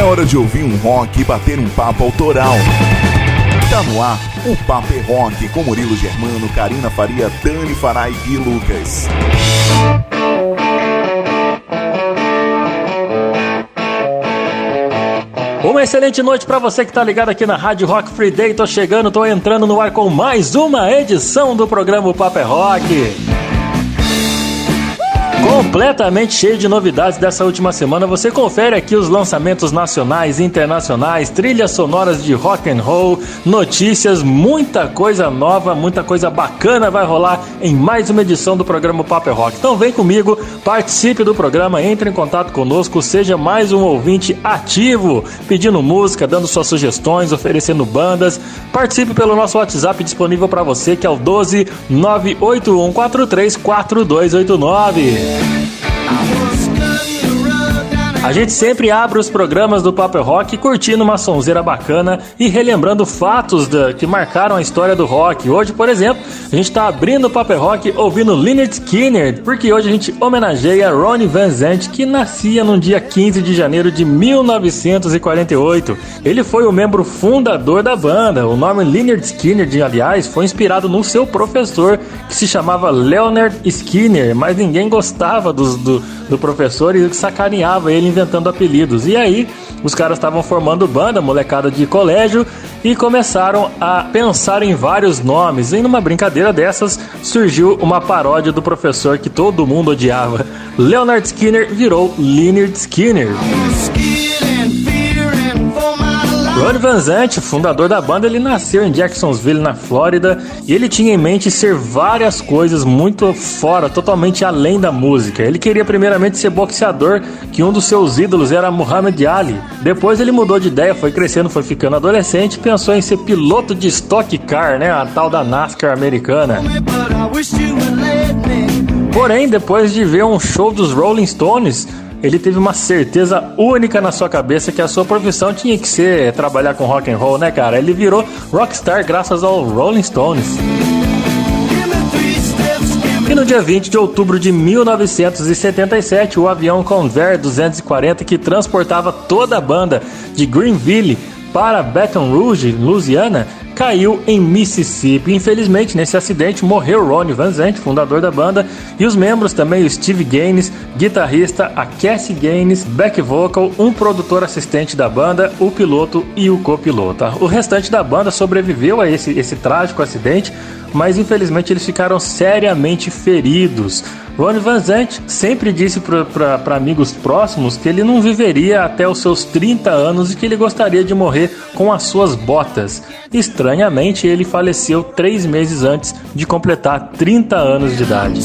hora de ouvir um rock e bater um papo autoral. Tá no ar o Papo é Rock com Murilo Germano, Karina Faria, Dani Farai e Lucas. Uma excelente noite pra você que tá ligado aqui na Rádio Rock Free Day. Tô entrando no ar com mais uma edição do programa O Papo é Rock. Completamente cheio de novidades dessa última semana. Você confere aqui os lançamentos nacionais e internacionais, trilhas sonoras de rock and roll, notícias, muita coisa nova, muita coisa bacana vai rolar em mais uma edição do programa Papo é Rock. Então vem comigo, participe do programa, entre em contato conosco, seja mais um ouvinte ativo, pedindo música, dando suas sugestões, oferecendo bandas. Participe pelo nosso WhatsApp disponível para você, que é o 12 98143 4289. A gente sempre abre os programas do Papo é Rock curtindo uma sonzeira bacana e relembrando fatos que marcaram a história do rock. Hoje, por exemplo, a gente está abrindo o Papo é Rock ouvindo Lynyrd Skynyrd, porque hoje a gente homenageia Ronnie Van Zant, que nascia no dia 15 de janeiro de 1948. Ele foi o membro fundador da banda. O nome Lynyrd Skynyrd, aliás, foi inspirado no seu professor, que se chamava Leonard Skinner, mas ninguém gostava do professor e sacaneava ele inventando apelidos. E aí, os caras estavam formando banda, molecada de colégio, e começaram a pensar em vários nomes. E numa brincadeira dessas, surgiu uma paródia do professor que todo mundo odiava. Leonard Skinner virou Lynyrd Skynyrd. Ronnie Van Zant, fundador da banda, ele nasceu em Jacksonville, na Flórida, e ele tinha em mente ser várias coisas muito fora, totalmente além da música. Ele queria primeiramente ser boxeador, que um dos seus ídolos era Muhammad Ali. Depois ele mudou de ideia, foi crescendo, foi ficando adolescente, pensou em ser piloto de Stock Car, né, a tal da NASCAR americana. Porém, depois de ver um show dos Rolling Stones, ele teve uma certeza única na sua cabeça que a sua profissão tinha que ser trabalhar com rock and roll, né, cara? Ele virou rockstar graças ao Rolling Stones. E no dia 20 de outubro de 1977, o avião Convair 240, que transportava toda a banda de Greenville para Baton Rouge, Louisiana, caiu em Mississippi. Infelizmente, nesse acidente, morreu Ronnie Van Zant, fundador da banda, e os membros também, o Steve Gaines, guitarrista, a Cassie Gaines, back vocal, um produtor assistente da banda, o piloto e o copiloto. O restante da banda sobreviveu a esse trágico acidente, mas infelizmente eles ficaram seriamente feridos. Ronnie Van Zant sempre disse para amigos próximos que ele não viveria até os seus 30 anos e que ele gostaria de morrer com as suas botas. Estranhamente, ele faleceu 3 meses antes de completar 30 anos de idade.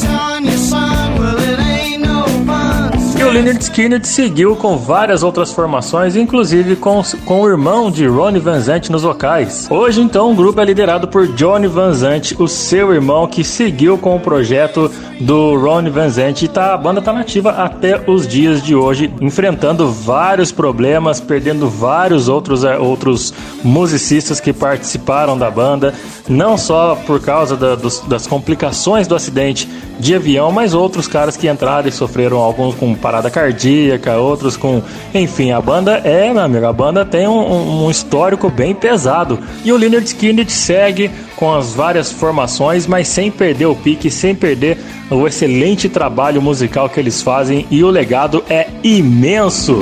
E o Lynyrd Skynyrd seguiu com várias outras formações, inclusive com o irmão de Ronnie Van Zant nos vocais. Hoje, então, o grupo é liderado por Johnny Van Zant, o seu irmão, que seguiu com o projeto do Ronnie Van Zant, e a banda está nativa até os dias de hoje, enfrentando vários problemas, perdendo vários outros musicistas que participaram da banda, não só por causa das complicações do acidente de avião, mas outros caras que entraram e sofreram, alguns com parada cardíaca, outros com... Enfim, a banda meu amigo, a banda tem um histórico bem pesado. E o Lynyrd Skynyrd segue com as várias formações, mas sem perder o pique, sem perder o excelente trabalho musical que eles fazem, e o legado é imenso.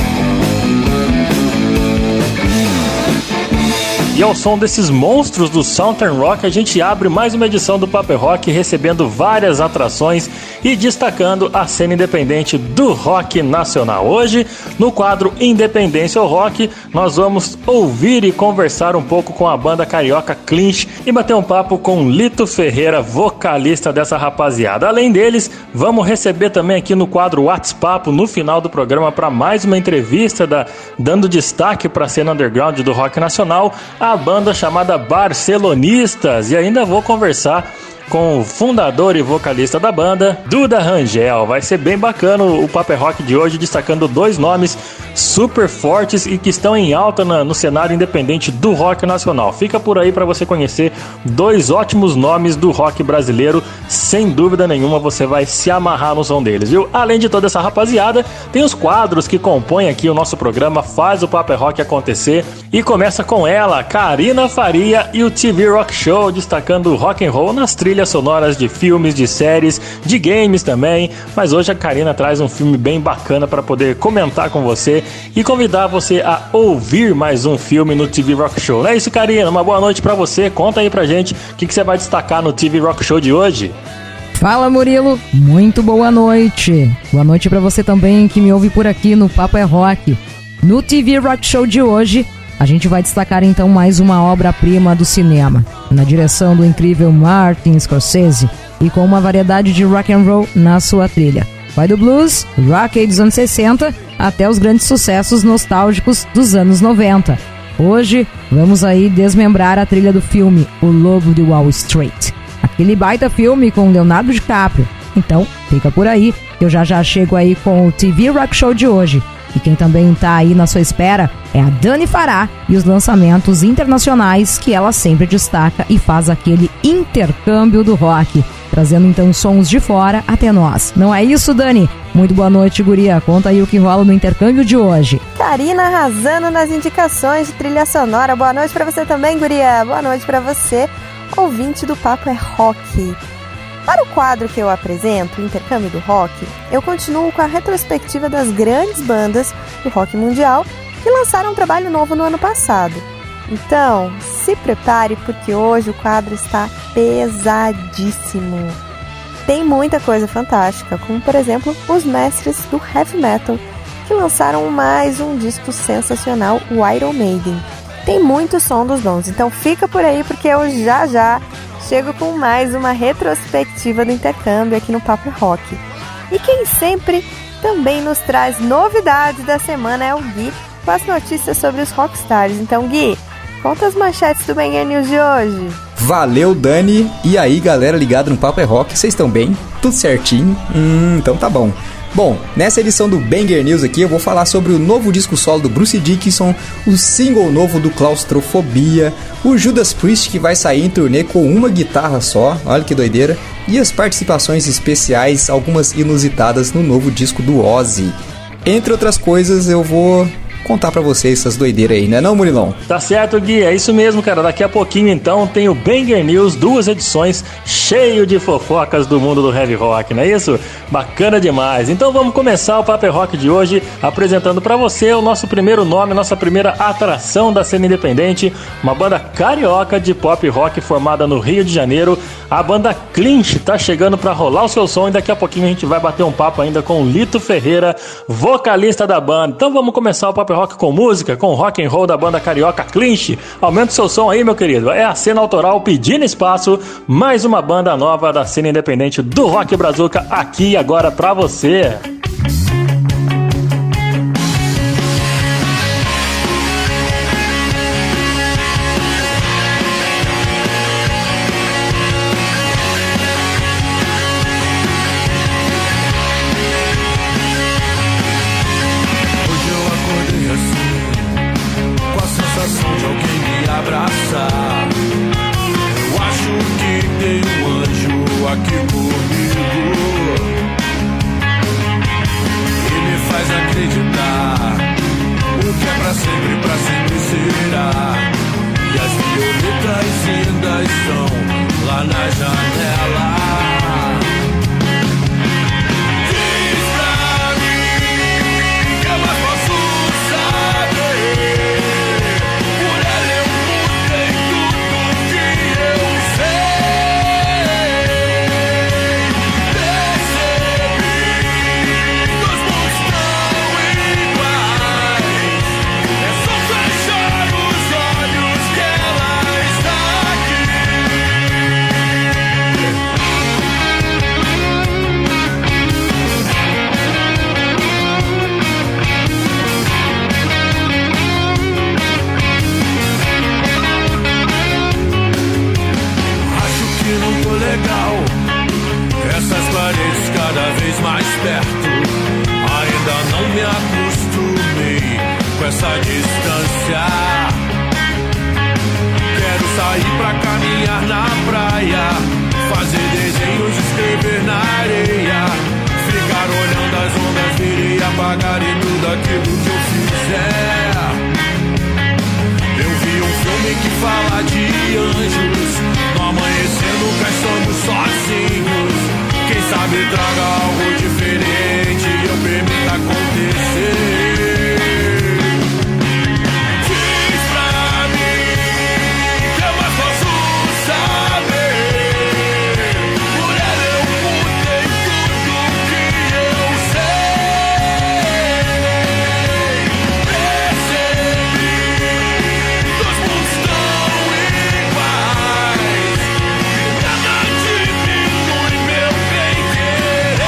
E ao som desses monstros do Southern Rock, a gente abre mais uma edição do Papo é Rock, recebendo várias atrações e destacando a cena independente do rock nacional. Hoje, no quadro Independência ao Rock, nós vamos ouvir e conversar um pouco com a banda carioca Clinch e bater um papo com Lito Ferreira, vocalista dessa rapaziada. Além deles, vamos receber também aqui no quadro WhatsApp, no final do programa, para mais uma entrevista dando destaque para a cena underground do rock nacional, a banda chamada Barcelonistas. E ainda vou conversar com o fundador e vocalista da banda, Duda Rangel. Vai ser bem bacana o Papo é Rock de hoje, destacando 2 nomes super fortes e que estão em alta no cenário independente do rock nacional. Fica por aí para você conhecer 2 ótimos nomes do rock brasileiro. Sem dúvida nenhuma você vai se amarrar no som deles, viu? Além de toda essa rapaziada, tem os quadros que compõem aqui o nosso programa Faz o Papo é Rock acontecer, e começa com ela, Karina Faria e o TV Rock Show, destacando o rock and roll nas trilhas sonoras de filmes, de séries, de games também. Mas hoje a Karina traz um filme bem bacana para poder comentar com você e convidar você a ouvir mais um filme no TV Rock Show. Não é isso, Karina? Uma boa noite para você. Conta aí pra gente o que você vai destacar no TV Rock Show de hoje. Fala, Murilo, muito boa noite. Boa noite pra você também que me ouve por aqui no Papo é Rock. No TV Rock Show de hoje, a gente vai destacar então mais uma obra-prima do cinema, na direção do incrível Martin Scorsese e com uma variedade de rock and roll na sua trilha. Vai do blues, rock dos anos 60 até os grandes sucessos nostálgicos dos anos 90. Hoje vamos aí desmembrar a trilha do filme O Lobo de Wall Street, aquele baita filme com Leonardo DiCaprio. Então fica por aí, que eu já chego aí com o TV Rock Show de hoje. E quem também tá aí na sua espera é a Dani Fará e os lançamentos internacionais que ela sempre destaca e faz aquele intercâmbio do rock, trazendo então sons de fora até nós. Não é isso, Dani? Muito boa noite, guria. Conta aí o que rola no intercâmbio de hoje. Karina arrasando nas indicações de trilha sonora. Boa noite pra você também, guria. Boa noite pra você, ouvinte do Papo é Rock. Para o quadro que eu apresento, o Intercâmbio do Rock, eu continuo com a retrospectiva das grandes bandas do rock mundial que lançaram um trabalho novo no ano passado. Então, se prepare porque hoje o quadro está pesadíssimo. Tem muita coisa fantástica, como por exemplo os mestres do heavy metal, que lançaram mais um disco sensacional, o Iron Maiden. Tem muito som dos bons, então fica por aí porque eu já chego com mais uma retrospectiva do intercâmbio aqui no Papo Rock. E quem sempre também nos traz novidades da semana é o Gui, com as notícias sobre os rockstars. Então, Gui, conta as manchetes do Banger News de hoje. Valeu, Dani. E aí, galera ligada no Papo é Rock, vocês estão bem? Tudo certinho? Então tá bom. Bom, nessa edição do Banger News aqui eu vou falar sobre o novo disco solo do Bruce Dickinson, o single novo do Claustrofobia, o Judas Priest que vai sair em turnê com uma guitarra só, olha que doideira, e as participações especiais, algumas inusitadas no novo disco do Ozzy. Entre outras coisas, eu vou contar pra vocês essas doideiras aí, né não, Murilão? Tá certo, Gui, é isso mesmo, cara. Daqui a pouquinho, então, tem o Banger News, 2 edições, cheio de fofocas do mundo do heavy rock, não é isso? Bacana demais. Então vamos começar o Papo Rock de hoje apresentando pra você o nosso primeiro nome, nossa primeira atração da cena independente, uma banda carioca de pop rock formada no Rio de Janeiro. A banda Clinch tá chegando pra rolar o seu som e daqui a pouquinho a gente vai bater um papo ainda com o Lito Ferreira, vocalista da banda. Então vamos começar o Papo Rock com música, com rock and roll da banda carioca Clinch. Aumenta o seu som aí, meu querido. É a cena autoral pedindo espaço. Mais uma banda nova da cena independente do rock brazuca aqui e agora pra você. Aqui comigo essa distância. Quero sair pra caminhar na praia, fazer desenhos, escrever na areia, ficar olhando as ondas vir e apagarem tudo aquilo que eu fizer. Eu vi um filme que fala de anjos, no amanhecer nunca estamos sozinhos. Quem sabe traga algo diferente e eu permita acontecer. Diz pra mim que eu mais posso saber. Por ela eu mudei tudo que eu sei. Percebi que os mundos estão iguais, nada diminui meu bem-querer.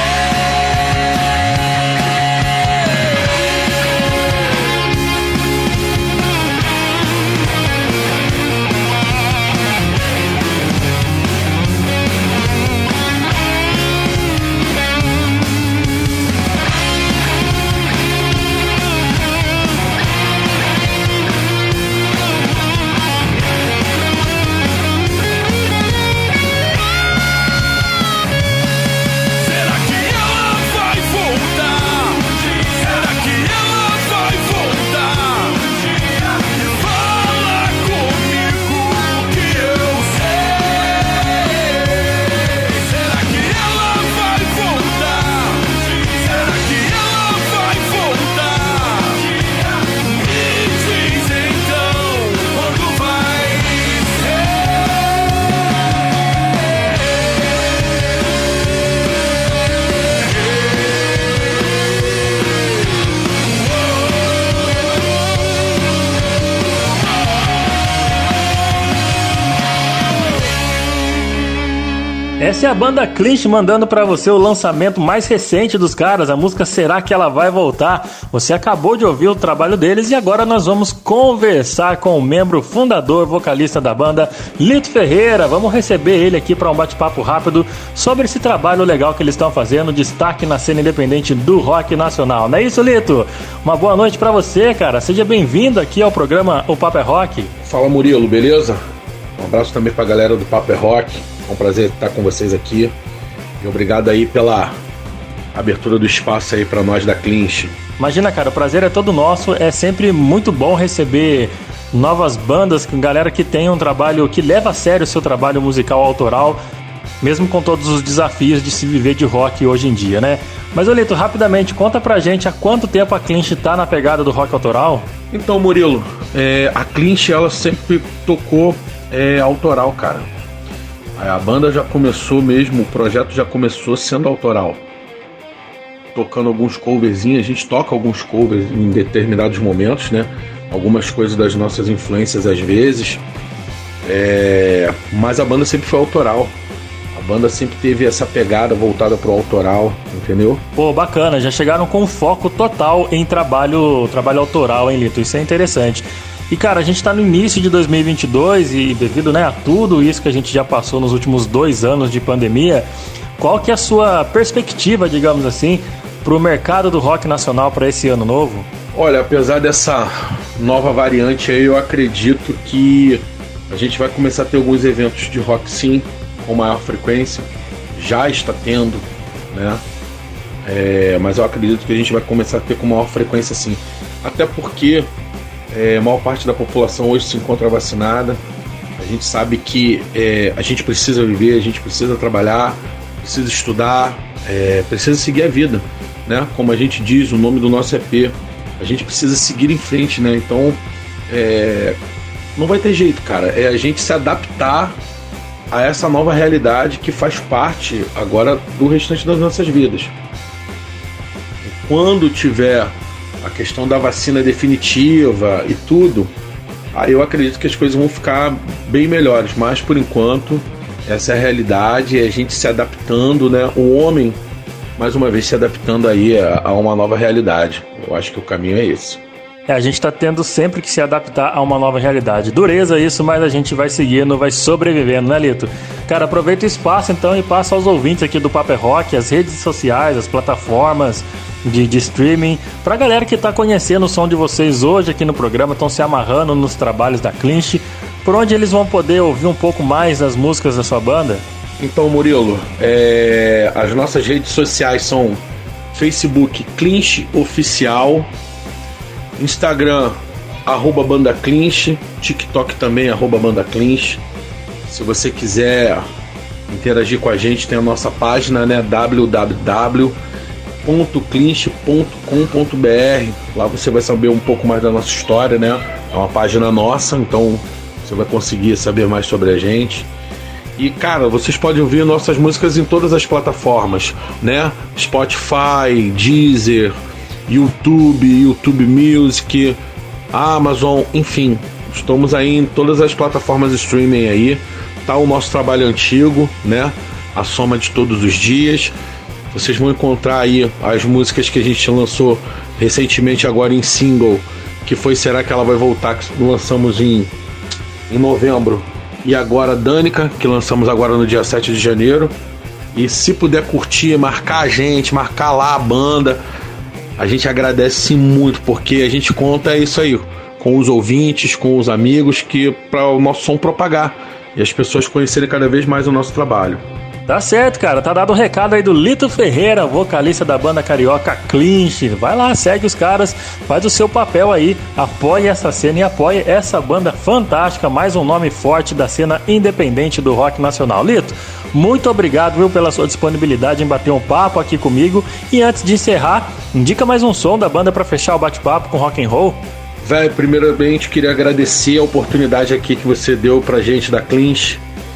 Será que ela vai voltar? Será que ela vai voltar? Fala comigo que eu sei. Será que ela vai voltar? Será que ela vai voltar? Me diz então quando vai Essa é a banda Clinch mandando pra você o lançamento mais recente dos caras, a música Será que ela vai voltar? Você acabou de ouvir o trabalho deles e agora nós vamos conversar com o membro fundador, vocalista da banda, Lito Ferreira. Vamos receber ele aqui para um bate-papo rápido sobre esse trabalho legal que eles estão fazendo, destaque na cena independente do rock nacional. Não é isso, Lito? Uma boa noite pra você, cara. Seja bem-vindo aqui ao programa O Papo é Rock. Fala, Murilo, beleza? Um abraço também pra galera do Papo é Rock. É um prazer estar com vocês aqui. E obrigado aí pela abertura do espaço aí pra nós da Clinch. Imagina, cara, o prazer é todo nosso. É sempre muito bom receber novas bandas, galera que tem um trabalho, que leva a sério o seu trabalho musical autoral, mesmo com todos os desafios de se viver de rock hoje em dia, né? Mas, Olito, rapidamente, conta pra gente há quanto tempo a Clinch tá na pegada do rock autoral? Então, Murilo, a Clinch, ela sempre tocou autoral, cara. A banda já começou mesmo, o projeto já começou sendo autoral. Tocando alguns coverzinhos, a gente toca alguns covers em determinados momentos, né? Algumas coisas das nossas influências às vezes. Mas a banda sempre foi autoral. A banda sempre teve essa pegada voltada pro autoral, entendeu? Pô, bacana, já chegaram com foco total em trabalho autoral, hein, Lito? Isso é interessante. E, cara, a gente tá no início de 2022 e devido, né, a tudo isso que a gente já passou nos últimos 2 anos de pandemia, qual que é a sua perspectiva, digamos assim, pro mercado do rock nacional para esse ano novo? Olha, apesar dessa nova variante aí, eu acredito que a gente vai começar a ter alguns eventos de rock, sim, com maior frequência. Já está tendo, né? Mas eu acredito que a gente vai começar a ter com maior frequência, sim. Até porque a maior parte da população hoje se encontra vacinada. A gente sabe que a gente precisa viver, a gente precisa trabalhar, precisa estudar, precisa seguir a vida, né? Como a gente diz, o nome do nosso EP, a gente precisa seguir em frente, né? Então, não vai ter jeito, cara. É a gente se adaptar a essa nova realidade que faz parte agora do restante das nossas vidas. E quando tiver a questão da vacina definitiva e tudo, aí eu acredito que as coisas vão ficar bem melhores, mas por enquanto essa é a realidade, é a gente se adaptando, né? O homem, mais uma vez, se adaptando aí a uma nova realidade. Eu acho que o caminho é esse. A gente tá tendo sempre que se adaptar a uma nova realidade. Dureza isso, mas a gente vai seguindo, vai sobrevivendo, né, Lito? cara, aproveita o espaço então e passa aos ouvintes aqui do Papo é Rock, as redes sociais, as plataformas de streaming, pra galera que tá conhecendo o som de vocês hoje aqui no programa, estão se amarrando nos trabalhos da Clinch, por onde eles vão poder ouvir um pouco mais das músicas da sua banda? Então, Murilo, as nossas redes sociais são Facebook Clinch Oficial, Instagram @Banda Clinch, TikTok também @Banda Clinch. Se você quiser interagir com a gente, tem a nossa página, né, www.clinch.com.br. Lá você vai saber um pouco mais da nossa história, né? É uma página nossa, então você vai conseguir saber mais sobre a gente. E, cara, vocês podem ouvir nossas músicas em todas as plataformas, né? Spotify, Deezer, YouTube Music, Amazon, enfim. Estamos aí em todas as plataformas de streaming aí. Tá o nosso trabalho antigo, né? A soma de todos os dias. Vocês vão encontrar aí as músicas que a gente lançou recentemente agora em single, que foi Será que ela vai voltar, que lançamos em novembro. E agora Danica, que lançamos agora no dia 7 de janeiro. E se puder curtir, marcar a gente, marcar lá a banda, a gente agradece muito, porque a gente conta isso aí com os ouvintes, com os amigos, que para o nosso som propagar e as pessoas conhecerem cada vez mais o nosso trabalho. Tá certo, cara. Tá dado o recado aí do Lito Ferreira, vocalista da banda carioca Clinch. Vai lá, segue os caras, faz o seu papel aí, apoie essa cena e apoie essa banda fantástica, mais um nome forte da cena independente do rock nacional. Lito, muito obrigado, viu, pela sua disponibilidade em bater um papo aqui comigo. E antes de encerrar, indica mais um som da banda pra fechar o bate-papo com rock and roll. Velho, primeiramente queria agradecer a oportunidade aqui que você deu pra gente da Clinch.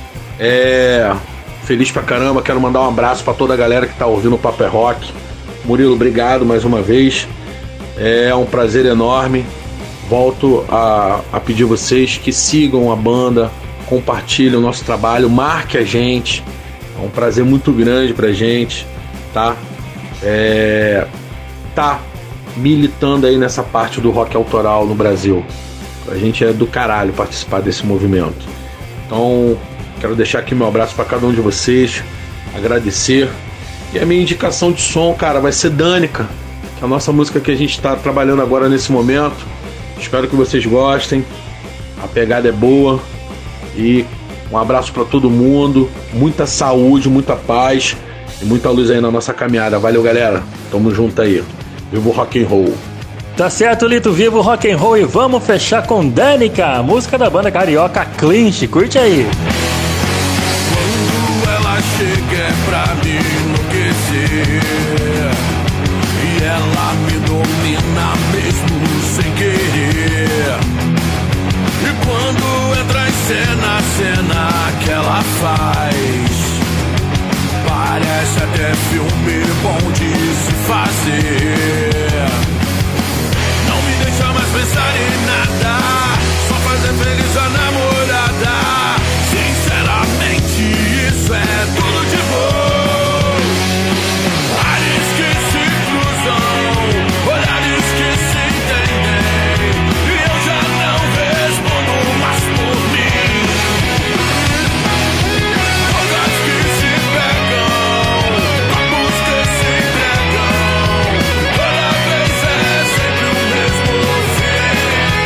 Feliz pra caramba, quero mandar um abraço pra toda a galera que tá ouvindo o Papo é Rock. Murilo, obrigado mais uma vez. É um prazer enorme. Volto a pedir vocês que sigam a banda, compartilhem o nosso trabalho, marque a gente. É um prazer muito grande pra gente, tá? Tá militando aí nessa parte do rock autoral no Brasil. A gente é do caralho participar desse movimento. Então, quero deixar aqui meu abraço para cada um de vocês, agradecer. E a minha indicação de som, cara, vai ser Danica, que é a nossa música que a gente está trabalhando agora nesse momento. Espero que vocês gostem. A pegada é boa. E um abraço para todo mundo. Muita saúde, muita paz e muita luz aí na nossa caminhada. Valeu, galera. Tamo junto aí. Viva o rock and roll. Tá certo, Lito, viva o rock and roll e vamos fechar com Danica, música da banda carioca Clinch. Curte aí. Chega pra me enlouquecer e ela me domina mesmo sem querer. E quando entra em cena, a cena que ela faz parece até filme bom de se fazer. Não me deixa mais pensar em nada, só fazer feliz a namorada. Sinceramente, isso é tudo de bom. Ares que se cruzam, olhares que se entendem, e eu já não respondo mais por mim. Bocas que se pegam, copos que se entregam, toda vez é sempre o mesmo fim.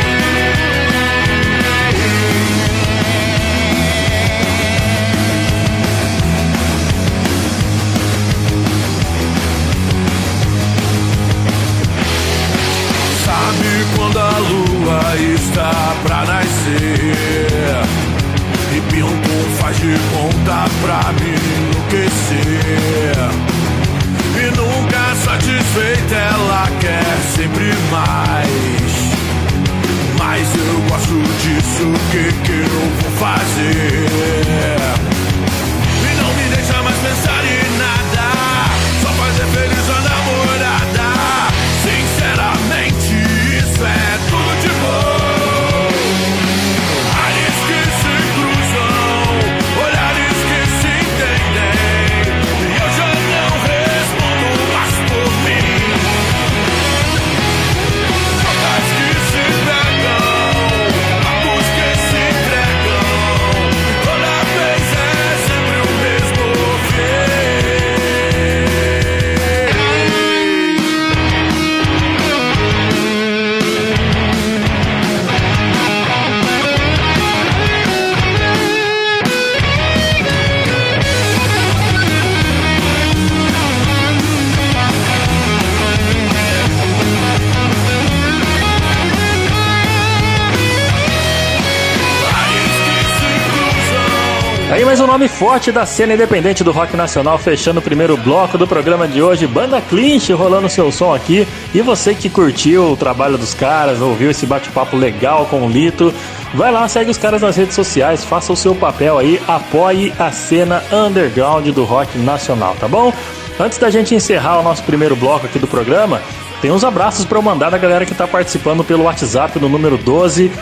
Sabe quando a lua está pra nascer e pinto faz de conta pra me enlouquecer. E nunca satisfeita ela quer sempre mais. Mas eu gosto disso, o que eu vou fazer? E não me deixa mais pensar em nada, só fazer feliz a namorada. Sinceramente, isso é tudo de bom. Ares que se cruzam, olhares que se entendem, e eu já não respondo mais por mim. Bocas que se pegam, papos que se entregam, toda vez é Aí mais um nome forte da cena independente do rock nacional, fechando o primeiro bloco do programa de hoje, Banda Clinch, rolando seu som aqui. E você que curtiu o trabalho dos caras, ouviu esse bate-papo legal com o Lito, vai lá, segue os caras nas redes sociais, faça o seu papel aí, apoie a cena underground do rock nacional, tá bom? Antes da gente encerrar o nosso primeiro bloco aqui do programa, tem uns abraços para eu mandar da galera que tá participando pelo WhatsApp no número 12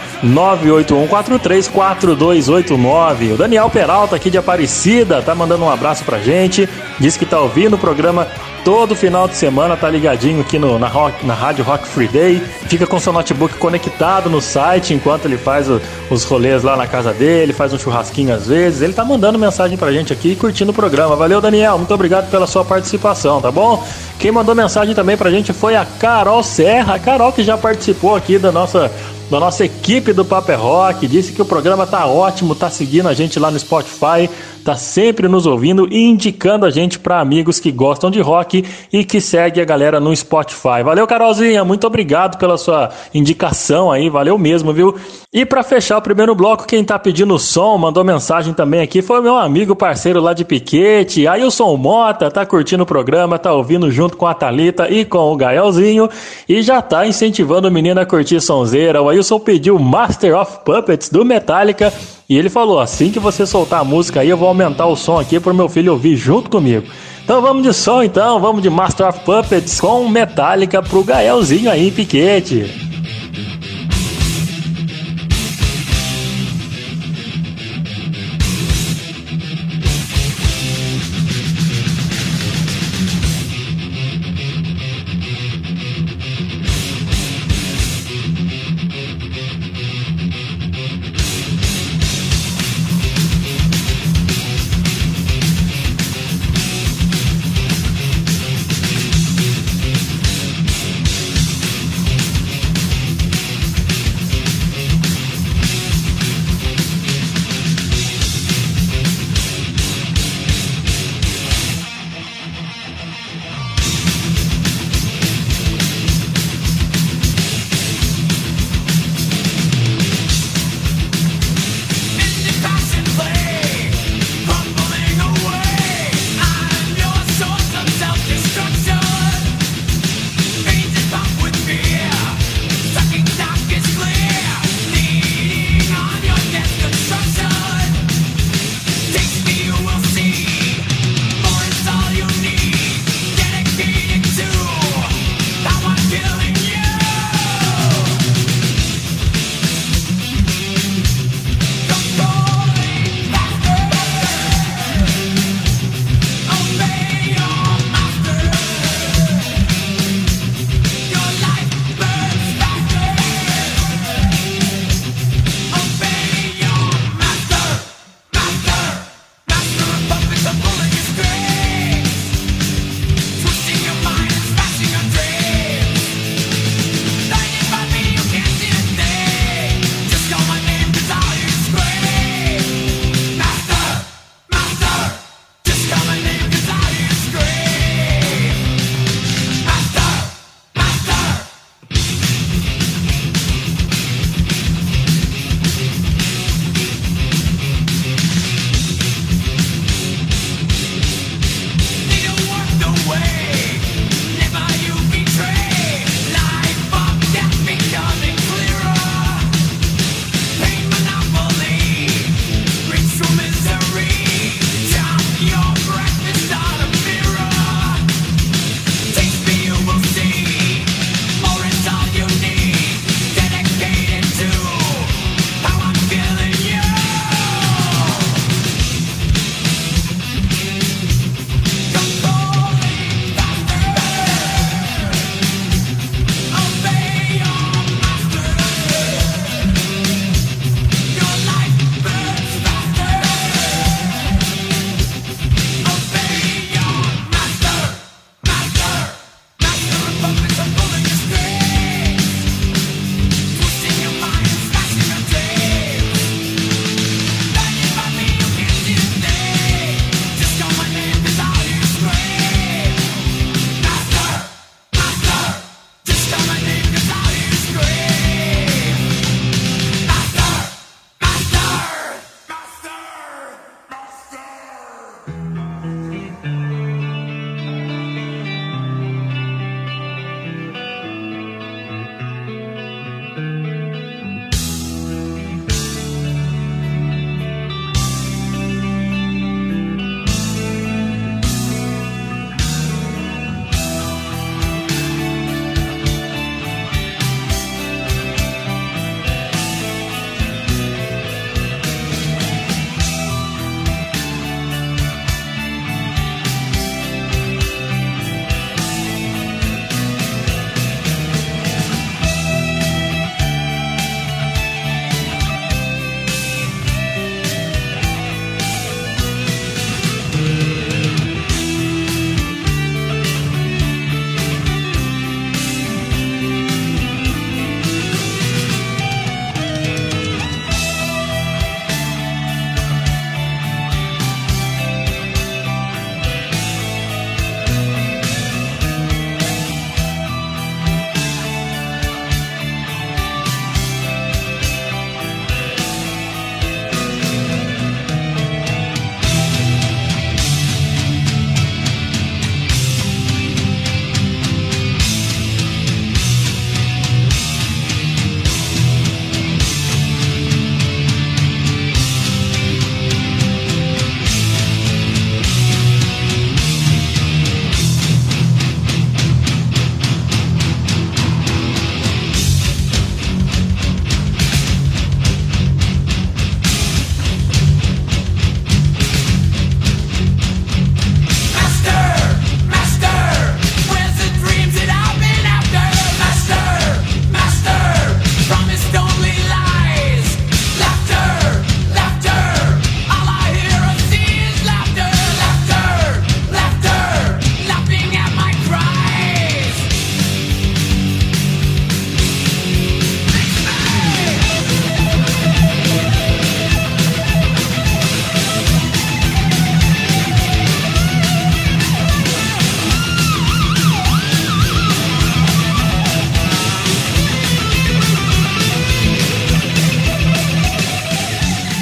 981434289. O Daniel Peralta aqui de Aparecida tá mandando um abraço pra gente, diz que tá ouvindo o programa todo final de semana, tá ligadinho aqui na Rádio Rock Free Day, fica com seu notebook conectado no site enquanto ele faz os rolês lá na casa dele, faz um churrasquinho às vezes, ele tá mandando mensagem pra gente aqui e curtindo o programa. Valeu, Daniel, muito obrigado pela sua participação, tá bom? Quem mandou mensagem também pra gente foi a Carol Serra, a Carol que já participou aqui da nossa equipe do Papo é Rock, disse que o programa tá ótimo, tá seguindo a gente lá no Spotify, tá sempre nos ouvindo e indicando a gente para amigos que gostam de rock e que segue a galera no Spotify. Valeu, Carolzinha, muito obrigado pela sua indicação aí, valeu mesmo, viu? E para fechar o primeiro bloco, quem tá pedindo som, mandou mensagem também aqui, foi o meu amigo parceiro lá de Piquete, Ailson Mota, tá curtindo o programa, tá ouvindo junto com a Thalita e com o Gaelzinho e já tá incentivando o menino a curtir sonzeira. O Ailson pediu Master of Puppets do Metallica e ele falou, assim que você soltar a música aí eu vou aumentar o som aqui pro meu filho ouvir junto comigo. Então vamos de som então, vamos de Master of Puppets com Metallica pro Gaelzinho aí em Piquete.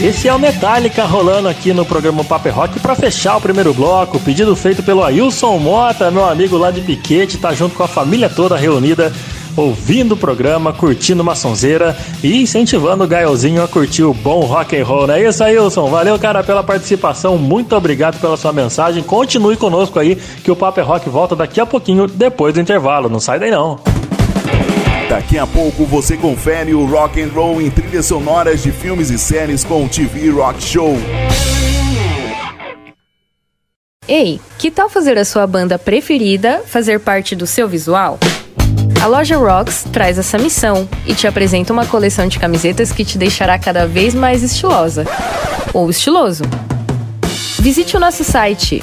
Esse é o Metallica rolando aqui no programa Papo é Rock para fechar o primeiro bloco. Pedido feito pelo Ailson Mota, meu amigo lá de Piquete, tá junto com a família toda reunida, ouvindo o programa, curtindo uma sonzeira e incentivando o Gaelzinho a curtir o bom rock and roll, não é isso, Ailson? Valeu, cara, pela participação, muito obrigado pela sua mensagem. Continue conosco aí, que o Papo é Rock volta daqui a pouquinho, depois do intervalo. Não sai daí não. Daqui a pouco você confere o rock and roll em trilhas sonoras de filmes e séries com o TV Rock Show. Ei, que tal fazer a sua banda preferida fazer parte do seu visual? A loja Rocks traz essa missão e te apresenta uma coleção de camisetas que te deixará cada vez mais estilosa ou estiloso. Visite o nosso site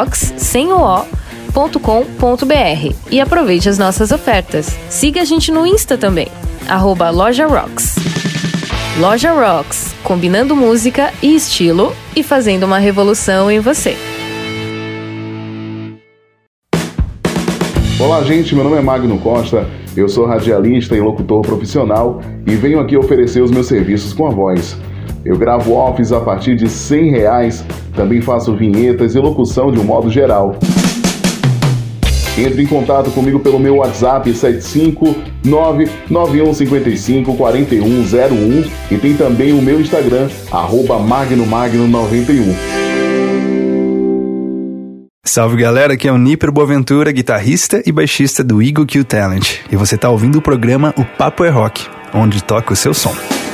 rocks.com.br e aproveite as nossas ofertas. Siga a gente no Insta também, @LojaRocks. Loja Rocks, combinando música e estilo e fazendo uma revolução em você. Olá, gente, meu nome é Magno Costa, eu sou radialista e locutor profissional e venho aqui oferecer os meus serviços com a voz. Eu gravo offs a partir de R$100, também faço vinhetas e locução de um modo geral. Entre em contato comigo pelo meu WhatsApp 759-9155-4101 e tem também o meu Instagram, @magnomagno91. Salve galera, aqui é o Níper Boaventura, guitarrista e baixista do Eagle Q Talent. E você tá ouvindo o programa O Papo é Rock, onde toca o seu som.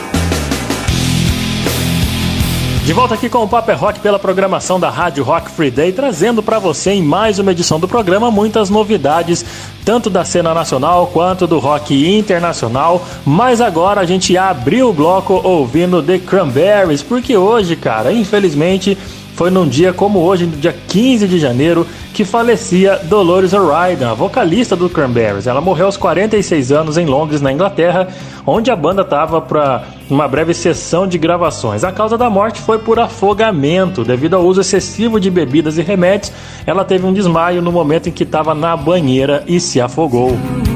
De volta aqui com o Papo é Rock pela programação da Rádio Rock Free Day, trazendo para você em mais uma edição do programa muitas novidades, tanto da cena nacional quanto do rock internacional. Mas agora a gente abriu o bloco ouvindo The Cranberries, porque hoje, cara, infelizmente, foi num dia como hoje, no dia 15 de janeiro, que falecia Dolores O'Riordan, a vocalista do Cranberries. Ela morreu aos 46 anos em Londres, na Inglaterra, onde a banda estava para uma breve sessão de gravações. A causa da morte foi por afogamento. Devido ao uso excessivo de bebidas e remédios, ela teve um desmaio no momento em que estava na banheira e se afogou.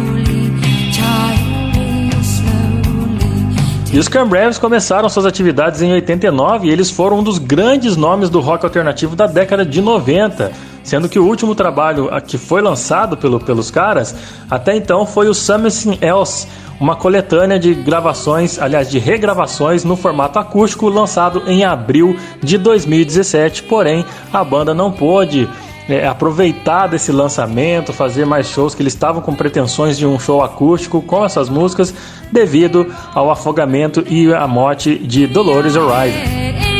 E os Cranberries começaram suas atividades em 89 e eles foram um dos grandes nomes do rock alternativo da década de 90, sendo que o último trabalho que foi lançado pelos caras até então foi o Something Else, uma coletânea de gravações, aliás, de regravações no formato acústico, lançado em abril de 2017, porém a banda não pôde aproveitar desse lançamento, fazer mais shows, que eles estavam com pretensões de um show acústico com essas músicas devido ao afogamento e à morte de Dolores O'Riordan.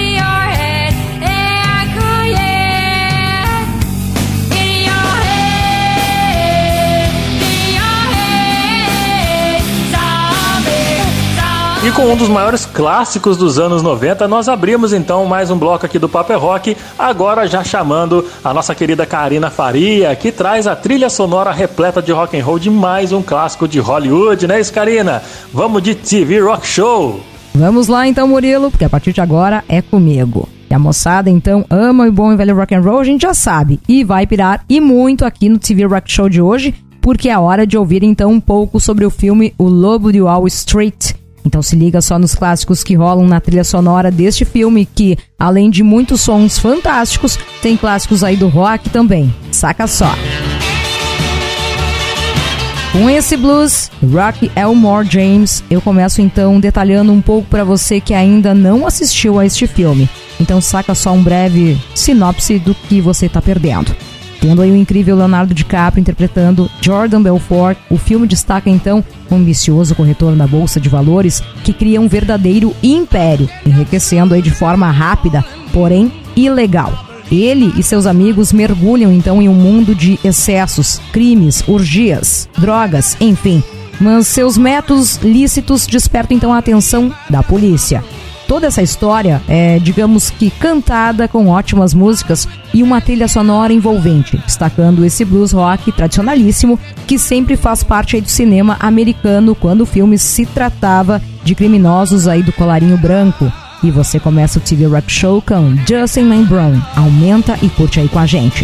E com um dos maiores clássicos dos anos 90, nós abrimos então mais um bloco aqui do Papo é Rock, agora já chamando a nossa querida Karina Faria, que traz a trilha sonora repleta de rock and roll de mais um clássico de Hollywood, né, isso, Karina? Vamos de TV Rock Show! Vamos lá então, Murilo, porque a partir de agora é comigo. E a moçada então ama o bom e velho rock and roll, a gente já sabe, e vai pirar e muito aqui no TV Rock Show de hoje, porque é hora de ouvir então um pouco sobre o filme O Lobo de Wall Street. Então se liga só nos clássicos que rolam na trilha sonora deste filme, que, além de muitos sons fantásticos, tem clássicos aí do rock também. Saca só! Com esse blues, Rock Elmore James, eu começo então detalhando um pouco para você que ainda não assistiu a este filme. Então saca só um breve sinopse do que você está perdendo. Tendo aí o incrível Leonardo DiCaprio interpretando Jordan Belfort, o filme destaca então um ambicioso corretor na Bolsa de Valores que cria um verdadeiro império, enriquecendo aí de forma rápida, porém ilegal. Ele e seus amigos mergulham então em um mundo de excessos, crimes, orgias, drogas, enfim. Mas seus métodos lícitos despertam então a atenção da polícia. Toda essa história é, digamos que, cantada com ótimas músicas e uma trilha sonora envolvente, destacando esse blues rock tradicionalíssimo que sempre faz parte aí do cinema americano quando o filme se tratava de criminosos aí do colarinho branco. E você começa o TV Rock Show com Justin Wayne Brown. Aumenta e curte aí com a gente.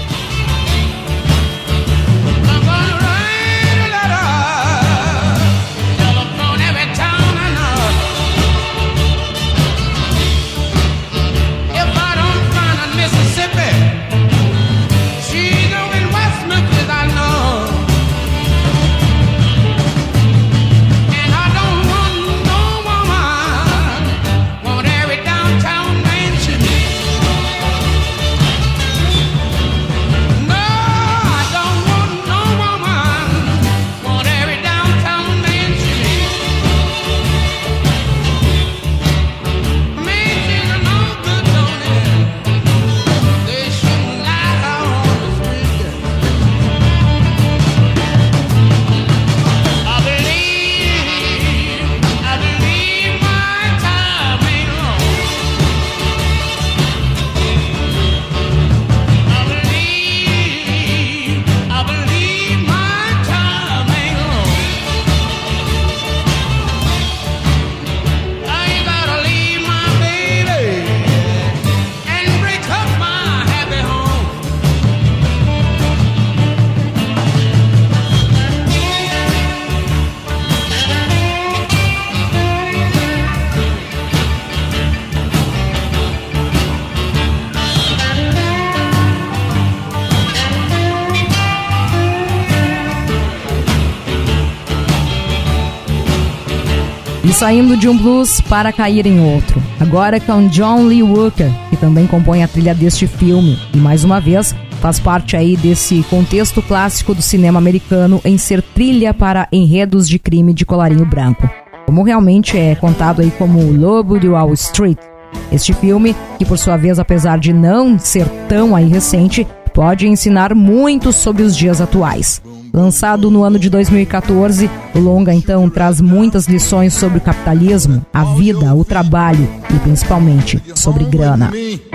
E saindo de um blues para cair em outro. Agora com John Lee Hooker, que também compõe a trilha deste filme. E mais uma vez, faz parte aí desse contexto clássico do cinema americano em ser trilha para enredos de crime de colarinho branco. Como realmente é contado aí como o Lobo de Wall Street. Este filme, que por sua vez, apesar de não ser tão aí recente, pode ensinar muito sobre os dias atuais. Lançado no ano de 2014, o longa então traz muitas lições sobre o capitalismo, a vida, o trabalho e principalmente sobre grana.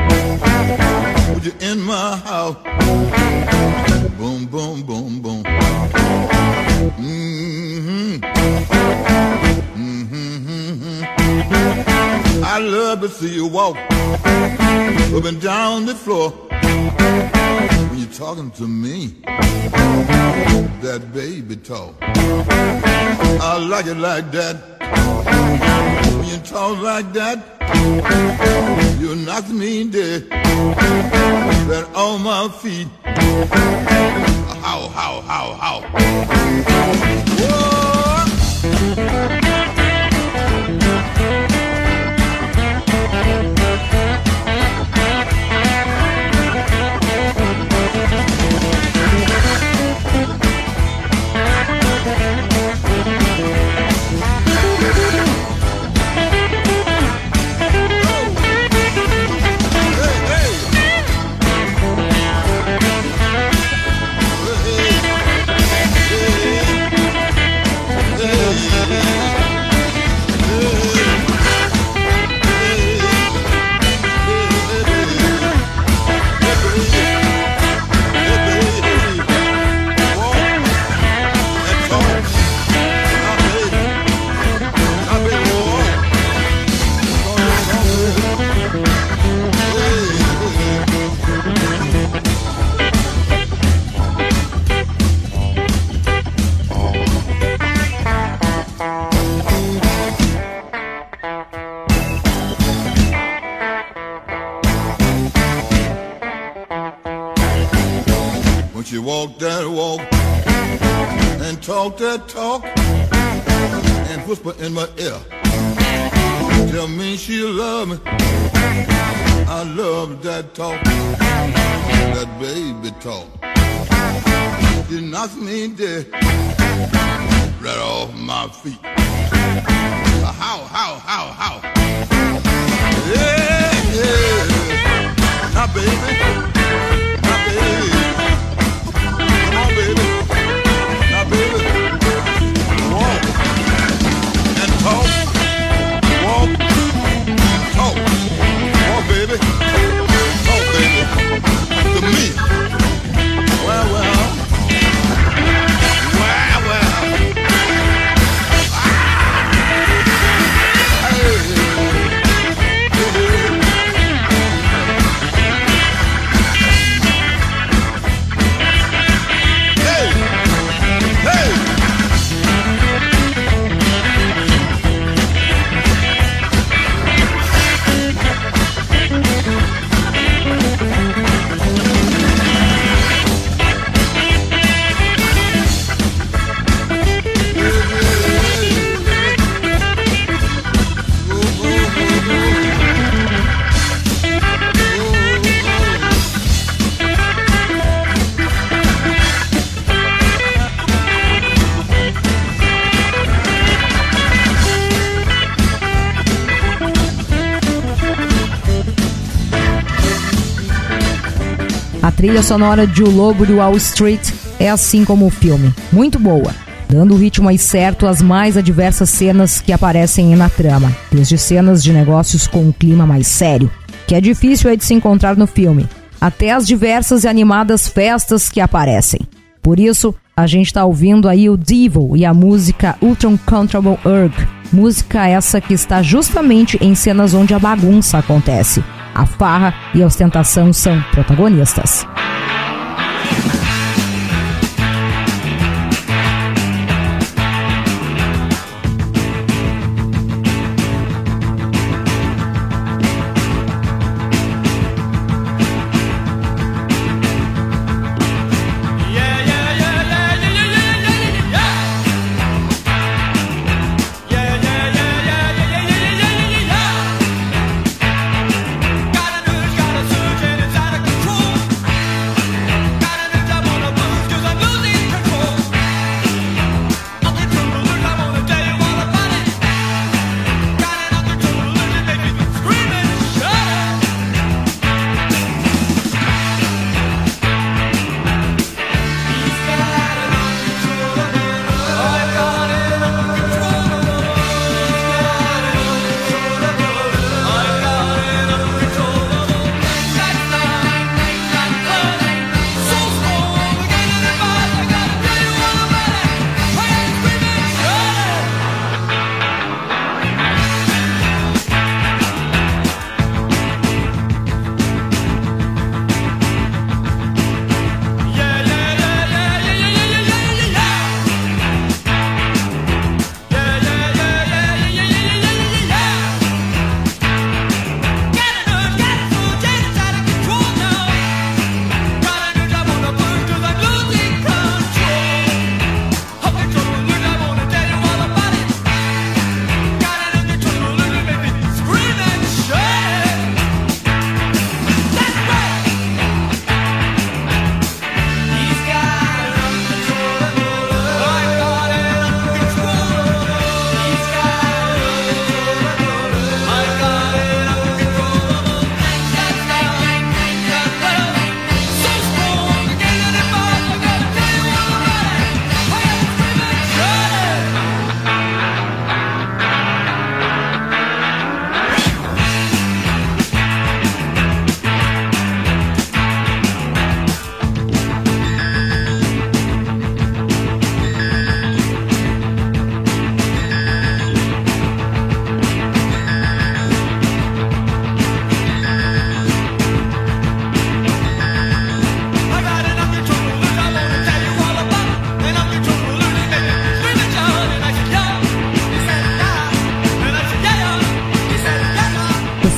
I love to see you walk up and down the floor when you're talking to me, that baby talk. I like it like that. When you talk like that, you knock me dead. That on my feet. How? Whoa. She walk that walk and talk that talk and whisper in my ear. Tell me she love me. I love that talk, that baby talk. She knocks me dead right off my feet. How? Yeah. Now baby. A trilha sonora de O Lobo de Wall Street é assim como o filme, muito boa, dando o ritmo aí certo às mais adversas cenas que aparecem na trama, desde cenas de negócios com um clima mais sério, que é difícil de se encontrar no filme, até as diversas e animadas festas que aparecem. Por isso, a gente está ouvindo aí o Devil e a música Ultra Uncontrollable Urge, música essa que está justamente em cenas onde a bagunça acontece. A farra e a ostentação são protagonistas. Yeah.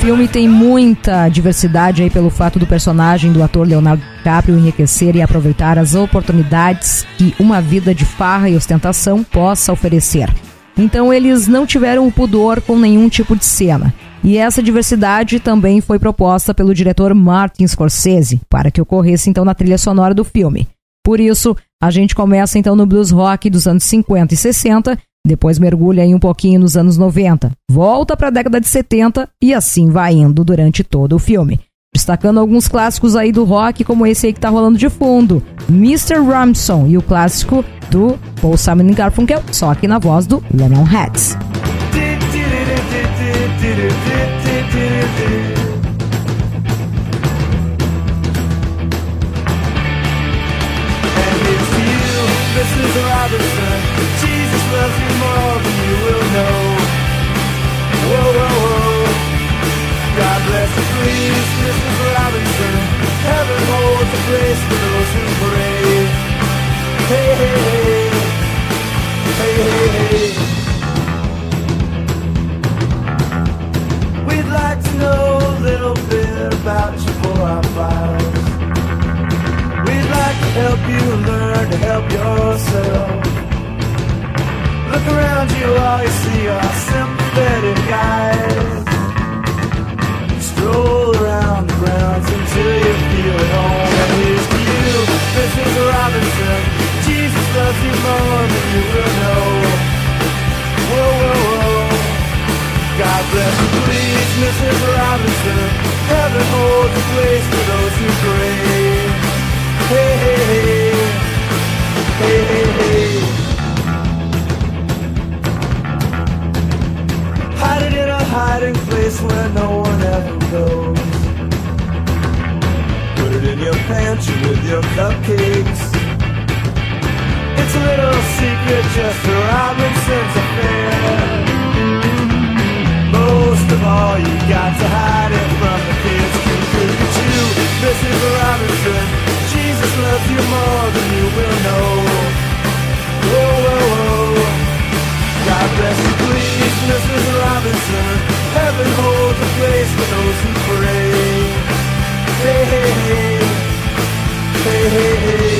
filme tem muita diversidade aí pelo fato do personagem do ator Leonardo DiCaprio enriquecer e aproveitar as oportunidades que uma vida de farra e ostentação possa oferecer. Então eles não tiveram o pudor com nenhum tipo de cena. E essa diversidade também foi proposta pelo diretor Martin Scorsese para que ocorresse então na trilha sonora do filme. Por isso, a gente começa então no blues rock dos anos 50 e 60, depois mergulha aí um pouquinho nos anos 90, volta para a década de 70 e assim vai indo durante todo o filme. Destacando alguns clássicos aí do rock, como esse aí que tá rolando de fundo, Mr. Robinson, e o clássico do Paul Simon & Garfunkel, só aqui na voz do Lemonheads. Mrs. Robinson, Jesus loves you more than you will know. Whoa, whoa, whoa. God bless you, please, Mrs. Robinson. Heaven holds a place for those who pray. Hey, hey, hey. Hey, hey, hey. We'd like to know a little bit about you for our files. We'd like to help you learn to help yourself. Look around you, all you see are sympathetic eyes. Stroll around the grounds until you feel at home. And here's to you, Mrs. Robinson. Jesus loves you more than you will know. Whoa, whoa, whoa. God bless you, please, Mrs. Robinson. Heaven holds a place for those who pray. Hey, hey, hey. Hey, hey, hey. Hide it in a hiding place where no one ever goes. Put it in your pantry with your cupcakes. It's a little secret, just a Robinson's affair. Most of all, you got to hide it from the kids. Look at you, Mrs. Robinson. Jesus loves you more than you will know. Whoa, whoa, whoa. God bless you, please, Mrs. Robinson. Heaven holds a place for those who pray. Hey, hey, hey. Hey, hey, hey.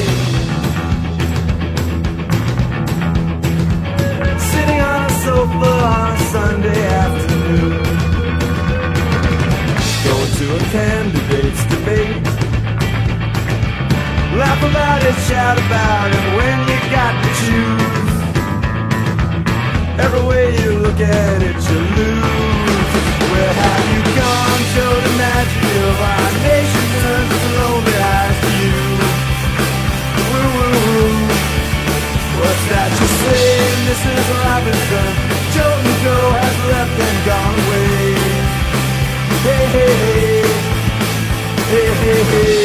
Sitting on a sofa on a Sunday afternoon, going to a candidate's debate. Laugh about it, shout about it when you got to choose. Every way you look at it, you lose. Where have you gone? Show the magic of our nation turns its lonely eyes to you. Woo, woo, woo. What's that you say, Mrs. Robinson? Joe and Joe has left and gone away. Hey, hey, hey. Hey, hey, hey.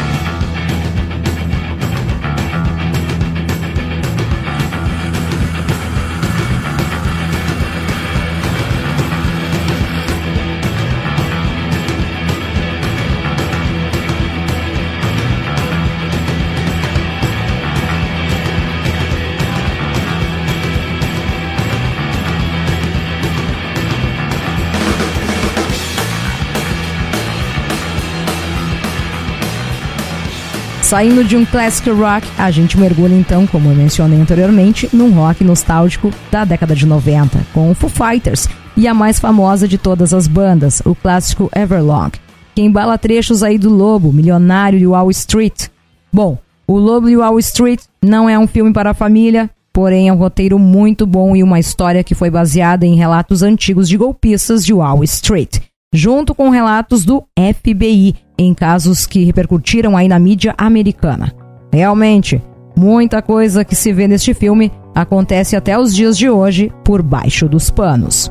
Saindo de um classic rock, a gente mergulha então, como eu mencionei anteriormente, num rock nostálgico da década de 90, com o Foo Fighters e a mais famosa de todas as bandas, o clássico Everlong, que embala trechos aí do Lobo, Milionário e Wall Street. Bom, o Lobo e Wall Street não é um filme para a família, porém é um roteiro muito bom e uma história que foi baseada em relatos antigos de golpistas de Wall Street, junto com relatos do FBI, em casos que repercutiram aí na mídia americana. Realmente, muita coisa que se vê neste filme acontece até os dias de hoje por baixo dos panos.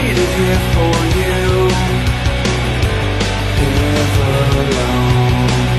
For you, live alone.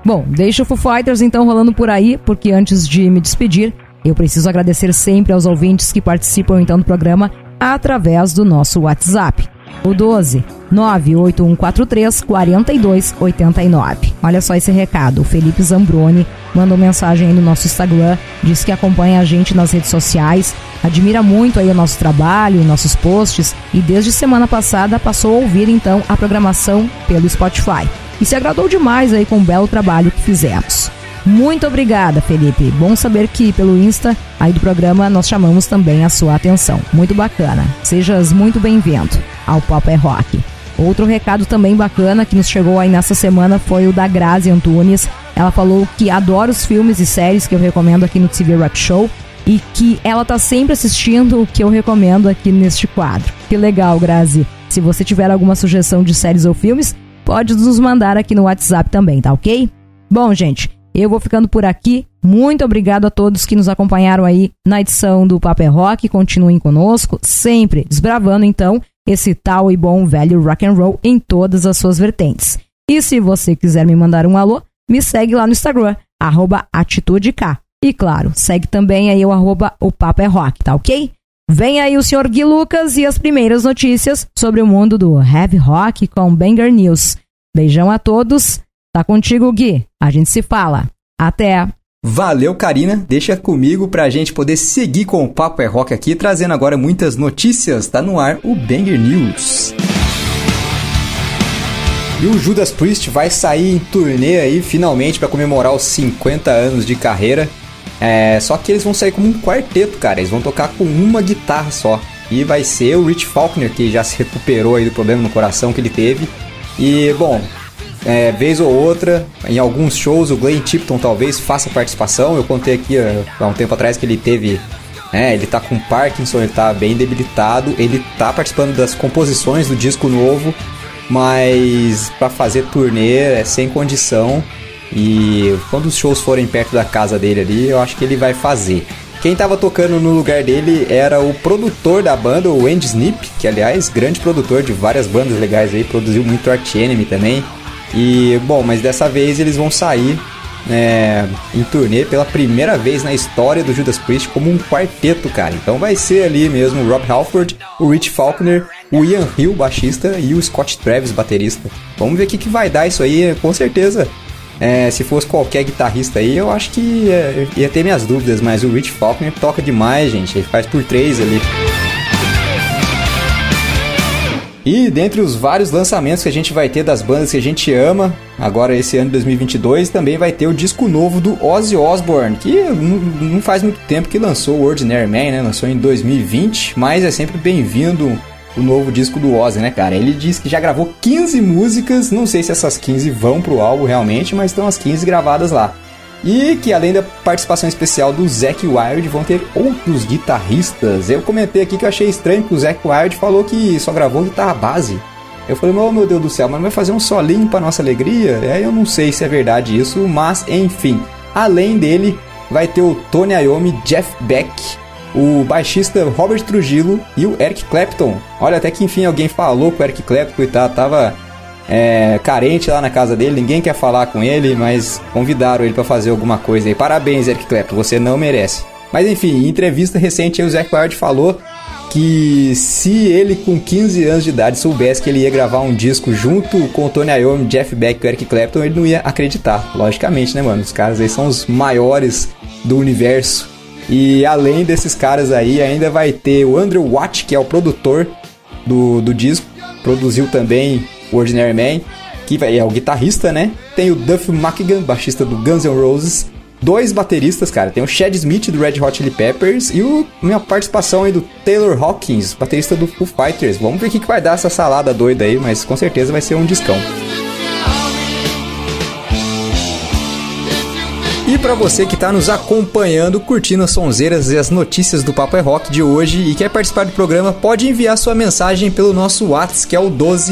Bom, deixa o Foo Fighters então rolando por aí, porque antes de me despedir, eu preciso agradecer sempre aos ouvintes que participam então do programa através do nosso WhatsApp. O 12 98143 4289. Olha só esse recado. O Felipe Zambroni mandou mensagem aí no nosso Instagram, diz que acompanha a gente nas redes sociais, admira muito aí o nosso trabalho, nossos posts e desde semana passada passou a ouvir então a programação pelo Spotify. E se agradou demais aí com o belo trabalho que fizemos. Muito obrigada, Felipe. Bom saber que pelo Insta aí do programa nós chamamos também a sua atenção. Muito bacana. Sejas muito bem-vindo ao Papo é Rock. Outro recado também bacana que nos chegou aí nessa semana foi o da Grazi Antunes. Ela falou que adora os filmes e séries que eu recomendo aqui no TV Rock Show e que ela tá sempre assistindo o que eu recomendo aqui neste quadro. Que legal, Grazi. Se você tiver alguma sugestão de séries ou filmes, pode nos mandar aqui no WhatsApp também, tá ok? Bom, gente, eu vou ficando por aqui. Muito obrigado a todos que nos acompanharam aí na edição do Papo é Rock. Continuem conosco, sempre desbravando então esse tal e bom velho rock and roll em todas as suas vertentes. E se você quiser me mandar um alô, me segue lá no Instagram, @atitudek. E claro, segue também aí o Papo é Rock, tá ok? Vem aí o Sr. Gui Lucas e as primeiras notícias sobre o mundo do heavy rock com Banger News. Beijão a todos. Tá contigo, Gui. A gente se fala. Até! Valeu, Karina. Deixa comigo pra gente poder seguir com o Papo é Rock aqui, trazendo agora muitas notícias. Tá no ar o Banger News. E o Judas Priest vai sair em turnê aí, finalmente, pra comemorar os 50 anos de carreira. Só que eles vão sair como um quarteto, cara. Eles vão tocar com uma guitarra só. E vai ser o Rich Faulkner, que já se recuperou aí do problema no coração que ele teve. E, bom, vez ou outra, em alguns shows, o Glenn Tipton talvez faça participação. Eu contei aqui há um tempo atrás que ele teve... ele tá com Parkinson, ele tá bem debilitado. Ele tá participando das composições do disco novo, mas pra fazer turnê é sem condição. E quando os shows forem perto da casa dele ali, eu acho que ele vai fazer. Quem tava tocando no lugar dele era o produtor da banda, o Andy Snip, que aliás, grande produtor de várias bandas legais aí, produziu muito Arch Enemy também. E, bom, mas dessa vez eles vão sair em turnê pela primeira vez na história do Judas Priest como um quarteto, cara. Então vai ser ali mesmo o Rob Halford, o Rich Faulkner, o Ian Hill, baixista, e o Scott Travis, baterista. Vamos ver o que vai dar isso aí, com certeza. Se fosse qualquer guitarrista aí, eu acho que ia ter minhas dúvidas, mas o Rich Faulkner toca demais, gente. Ele faz por 3 ali. E dentre os vários lançamentos que a gente vai ter das bandas que a gente ama, agora esse ano de 2022, também vai ter o disco novo do Ozzy Osbourne, que não faz muito tempo que lançou o Ordinary Man, né? Lançou em 2020, mas é sempre bem-vindo o novo disco do Ozzy, né, cara? Ele diz que já gravou 15 músicas, não sei se essas 15 vão pro álbum realmente, mas estão as 15 gravadas lá. E que além da participação especial do Zakk Wylde, vão ter outros guitarristas. Eu comentei aqui que eu achei estranho que o Zakk Wylde falou que só gravou guitarra base. Eu falei, oh, meu Deus do céu, mas não vai fazer um solinho pra nossa alegria? Eu não sei se é verdade isso, mas enfim. Além dele, vai ter o Tony Iommi, Jeff Beck, o baixista Robert Trujillo e o Eric Clapton. Olha, até que enfim alguém falou com o Eric Clapton, coitado, tava carente lá na casa dele, ninguém quer falar com ele, mas convidaram ele pra fazer alguma coisa aí. Parabéns, Eric Clapton, você não merece. Mas enfim, em entrevista recente aí, o Zakk Wylde falou que se ele com 15 anos de idade soubesse que ele ia gravar um disco junto com o Tony Iommi, Jeff Beck e o Eric Clapton, ele não ia acreditar. Logicamente, né, mano? Os caras aí são os maiores do universo. E além desses caras aí, ainda vai ter o Andrew Watt, que é o produtor do disco, produziu também o Ordinary Man, que é o guitarrista, né? Tem o Duff McKagan, baixista do Guns N' Roses, 2 bateristas, cara. Tem o Chad Smith do Red Hot Chili Peppers e minha participação aí do Taylor Hawkins, baterista do Foo Fighters. Vamos ver o que vai dar essa salada doida aí, mas com certeza vai ser um discão. E pra você que tá nos acompanhando, curtindo as sonzeiras e as notícias do Papo é Rock de hoje e quer participar do programa, pode enviar sua mensagem pelo nosso WhatsApp, que é o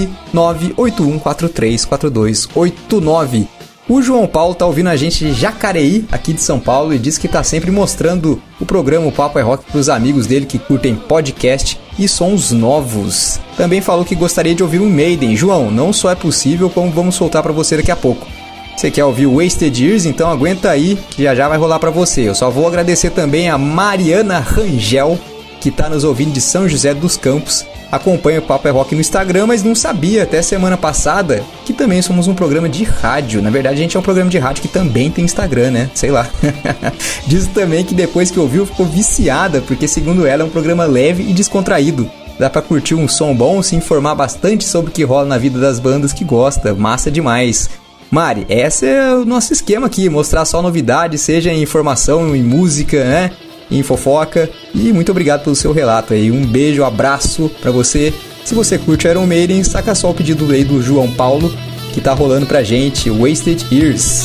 12981434289. O João Paulo tá ouvindo a gente de Jacareí, aqui de São Paulo, e diz que tá sempre mostrando o programa O Papo é Rock pros amigos dele que curtem podcast e sons novos. Também falou que gostaria de ouvir um Maiden. João, não só é possível, como vamos soltar pra você daqui a pouco. Você quer ouvir o Wasted Years? Então aguenta aí que já vai rolar pra você. Eu só vou agradecer também a Mariana Rangel, que tá nos ouvindo de São José dos Campos. Acompanha o Papo é Rock no Instagram, mas não sabia até semana passada que também somos um programa de rádio. Na verdade, a gente é um programa de rádio que também tem Instagram, né? Sei lá. Diz também que depois que ouviu ficou viciada, porque segundo ela é um programa leve e descontraído. Dá pra curtir um som bom, se informar bastante sobre o que rola na vida das bandas que gosta. Massa demais. Mari, esse é o nosso esquema aqui, mostrar só novidades, seja em informação, em música, né? Em fofoca. E muito obrigado pelo seu relato aí. Um beijo, um abraço pra você. Se você curte Iron Maiden, saca só o pedido aí do João Paulo, que tá rolando pra gente, Wasted Years.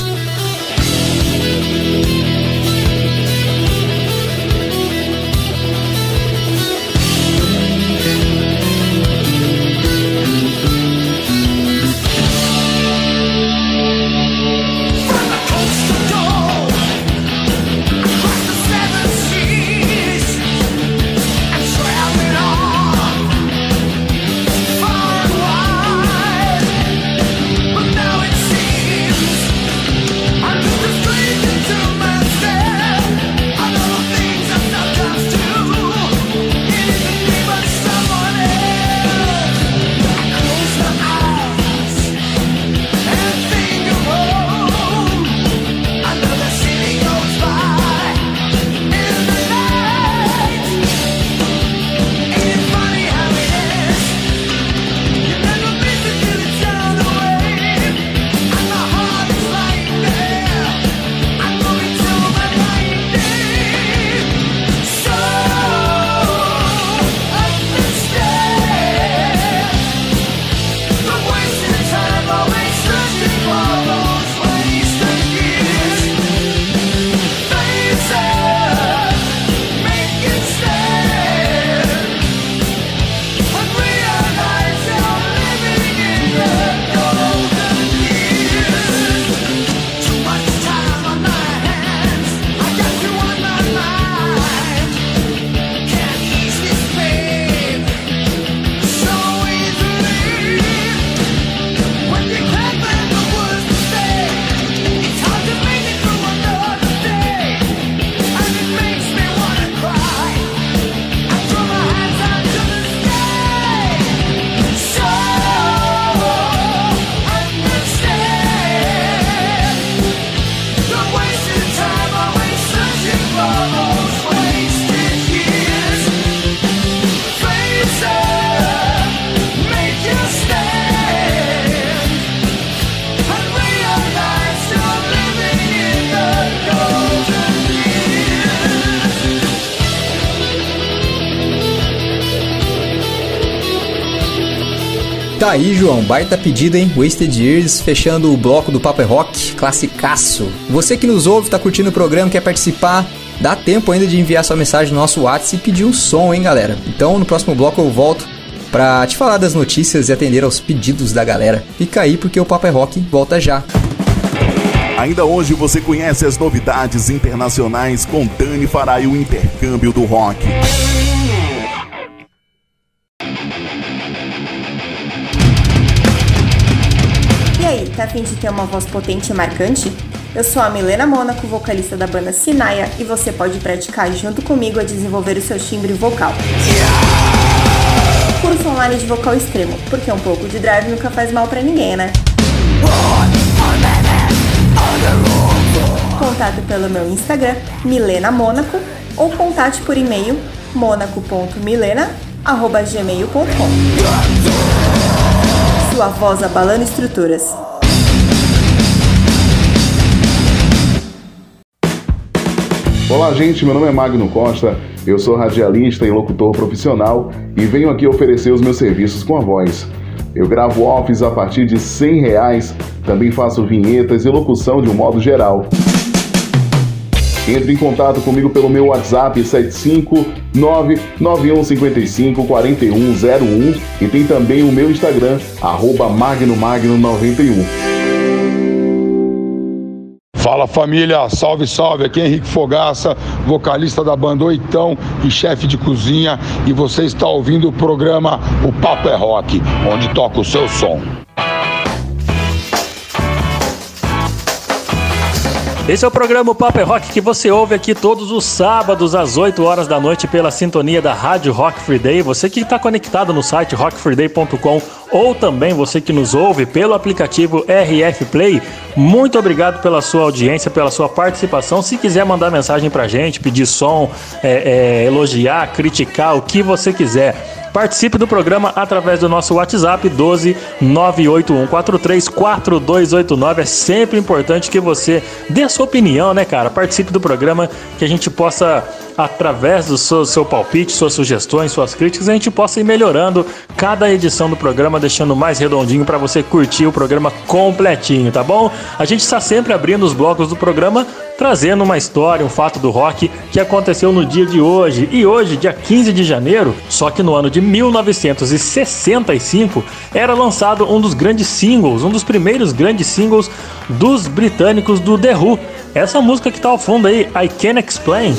Tá aí, João, baita pedida, hein? Wasted Years, fechando o bloco do Papo é Rock, classicaço. Você que nos ouve, tá curtindo o programa, quer participar, dá tempo ainda de enviar sua mensagem no nosso WhatsApp e pedir um som, hein, galera? Então, no próximo bloco eu volto pra te falar das notícias e atender aos pedidos da galera. Fica aí, porque o Papo é Rock volta já. Ainda hoje você conhece as novidades internacionais com Dani Farai, o intercâmbio do rock. E aí, tá a fim de ter uma voz potente e marcante? Eu sou a Milena Mônaco, vocalista da banda Sinaia, e você pode praticar junto comigo a desenvolver o seu timbre vocal. Curso online de vocal extremo, porque um pouco de drive nunca faz mal pra ninguém, né? Contato pelo meu Instagram, Milena Mônaco, ou contate por e-mail, monaco.milena@gmail.com. Sua voz abalando estruturas. Olá, gente, meu nome é Magno Costa, eu sou radialista e locutor profissional e venho aqui oferecer os meus serviços com a voz. Eu gravo offs a partir de R$100, também faço vinhetas e locução de um modo geral. Entre em contato comigo pelo meu WhatsApp 759-9155-4101 e tem também o meu Instagram, @magnomagno91. Fala família, salve salve, aqui é Henrique Fogaça, vocalista da banda Oitão e chefe de cozinha, e você está ouvindo o programa O Papo é Rock, onde toca o seu som. Esse é o programa Papo é Rock que você ouve aqui todos os sábados às 8 horas da noite pela sintonia da Rádio Rock Free Day. Você que está conectado no site rockfreeday.com ou também você que nos ouve pelo aplicativo RF Play, muito obrigado pela sua audiência, pela sua participação. Se quiser mandar mensagem pra gente, pedir som, elogiar, criticar, o que você quiser, participe do programa através do nosso WhatsApp 12 98143 4289. É sempre importante que você dê a sua opinião, né, cara? Participe do programa, que a gente possa, através do seu palpite, suas sugestões, suas críticas, a gente possa ir melhorando cada edição do programa, deixando mais redondinho para você curtir o programa completinho, tá bom? A gente está sempre abrindo os blocos do programa, trazendo uma história, um fato do rock que aconteceu no dia de hoje. E hoje, dia 15 de janeiro, só que no ano de 1965, era lançado um dos grandes singles, um dos primeiros grandes singles dos britânicos do The Who. Essa música que tá ao fundo aí, I Can't Explain.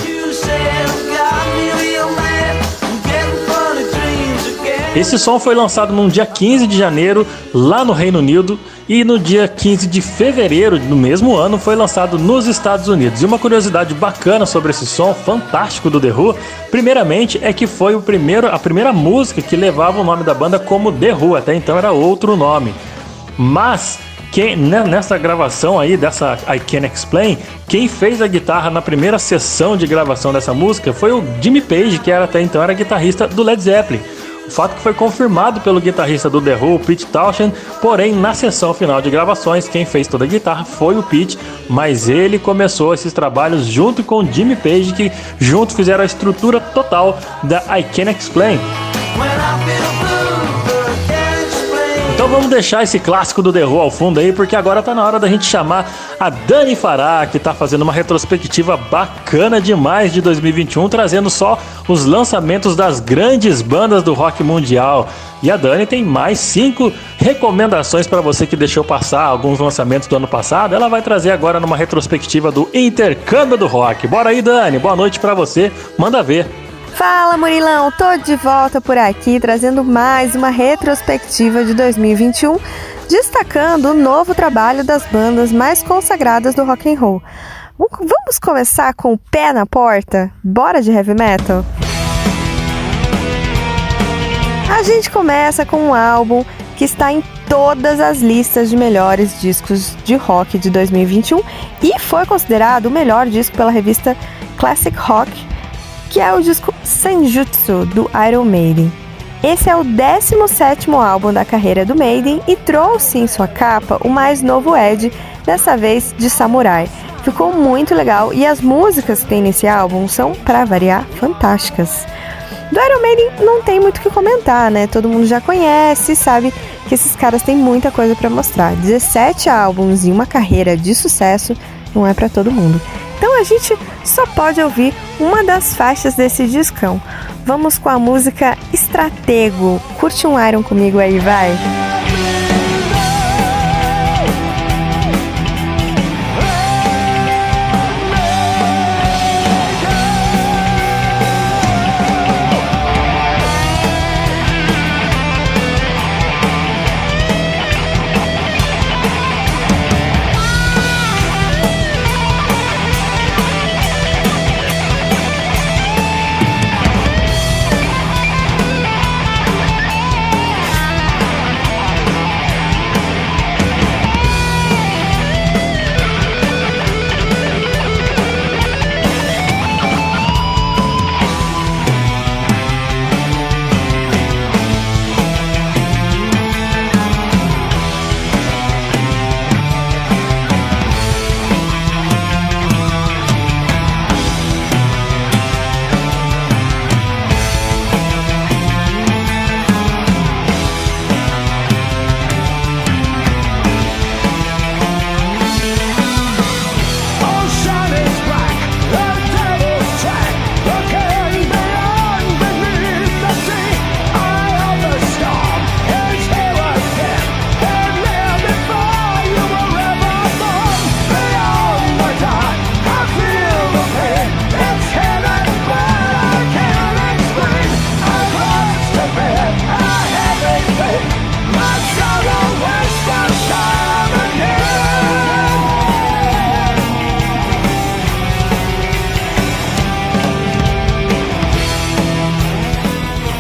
Esse som foi lançado no dia 15 de janeiro, lá no Reino Unido, e no dia 15 de fevereiro do mesmo ano foi lançado nos Estados Unidos. E uma curiosidade bacana sobre esse som fantástico do The Who, primeiramente, é que foi a primeira música que levava o nome da banda como The Who, até então era outro nome. Mas nessa gravação aí, dessa I Can't Explain, quem fez a guitarra na primeira sessão de gravação dessa música foi o Jimmy Page, que até então era guitarrista do Led Zeppelin. O fato que foi confirmado pelo guitarrista do The Who, Pete Townshend, porém na sessão final de gravações quem fez toda a guitarra foi o Pete, mas ele começou esses trabalhos junto com o Jimmy Page, que juntos fizeram a estrutura total da I Can't Explain. Então vamos deixar esse clássico do The Who ao fundo aí, porque agora tá na hora da gente chamar a Dani Farah, que tá fazendo uma retrospectiva bacana demais de 2021, trazendo só os lançamentos das grandes bandas do rock mundial. E a Dani tem mais 5 recomendações para você que deixou passar alguns lançamentos do ano passado. Ela vai trazer agora numa retrospectiva do Intercâmbio do Rock. Bora aí, Dani, boa noite para você, manda ver. Fala, Murilão, tô de volta por aqui trazendo mais uma retrospectiva de 2021, destacando o novo trabalho das bandas mais consagradas do rock and roll. Vamos começar com o pé na porta? Bora de heavy metal? A gente começa com um álbum que está em todas as listas de melhores discos de rock de 2021 e foi considerado o melhor disco pela revista Classic Rock, que é o disco Senjutsu, do Iron Maiden. Esse é o 17º álbum da carreira do Maiden e trouxe em sua capa o mais novo Ed, dessa vez de samurai. Ficou muito legal e as músicas que tem nesse álbum são, para variar, fantásticas. Do Iron Maiden não tem muito o que comentar, né? Todo mundo já conhece e sabe que esses caras têm muita coisa para mostrar. 17 álbuns e uma carreira de sucesso não é para todo mundo. Então a gente só pode ouvir uma das faixas desse discão. Vamos com a música Stratego. Curte um Iron comigo aí, vai!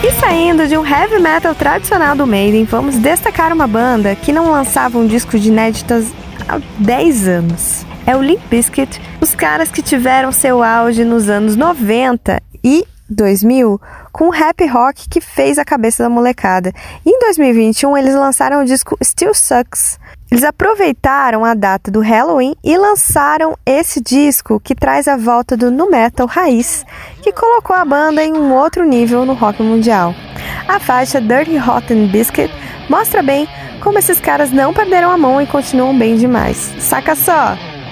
E saindo de um heavy metal tradicional do Maiden, vamos destacar uma banda que não lançava um disco de inéditas há 10 anos. É o Limp Bizkit, os caras que tiveram seu auge nos anos 90 e 2000 com o rap rock que fez a cabeça da molecada. E em 2021 eles lançaram o disco Still Sucks. Eles aproveitaram a data do Halloween e lançaram esse disco que traz a volta do nu metal raiz, que colocou a banda em um outro nível no rock mundial. A faixa Dirty Rotten Biscuit mostra bem como esses caras não perderam a mão e continuam bem demais. Saca só!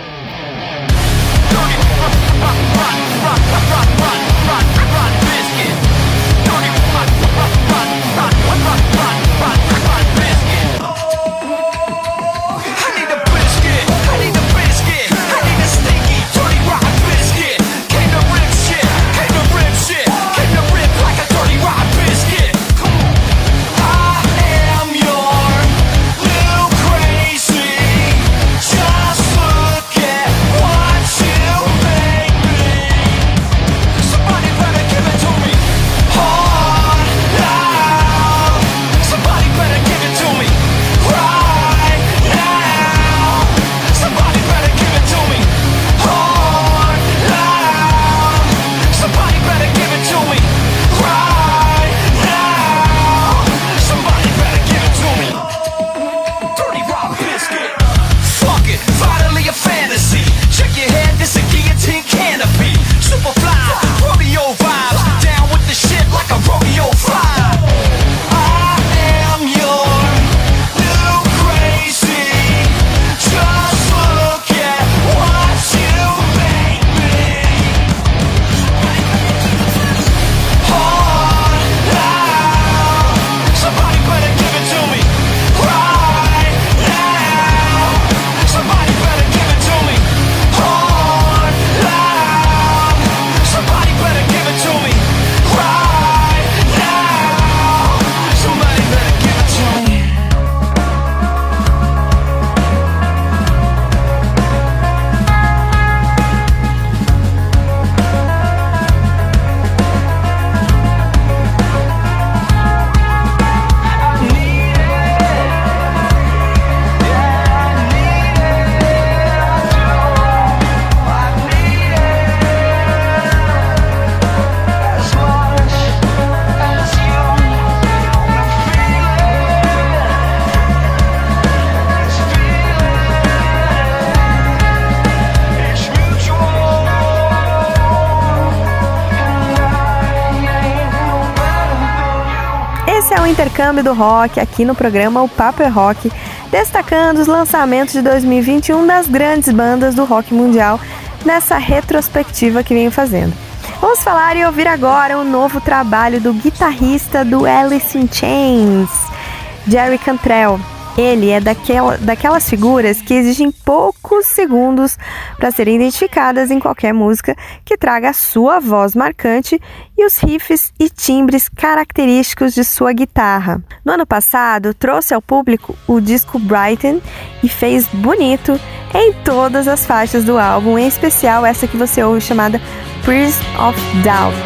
Intercâmbio do rock aqui no programa O Papo é Rock, destacando os lançamentos de 2021 das grandes bandas do rock mundial nessa retrospectiva que venho fazendo. Vamos falar e ouvir agora o novo trabalho do guitarrista do Alice in Chains, Jerry Cantrell. Ele é daquelas figuras que exigem poucos segundos para serem identificadas em qualquer música que traga a sua voz marcante e os riffs e timbres característicos de sua guitarra. No ano passado, trouxe ao público o disco Brighten e fez bonito em todas as faixas do álbum, em especial essa que você ouve chamada Priest of Doubt.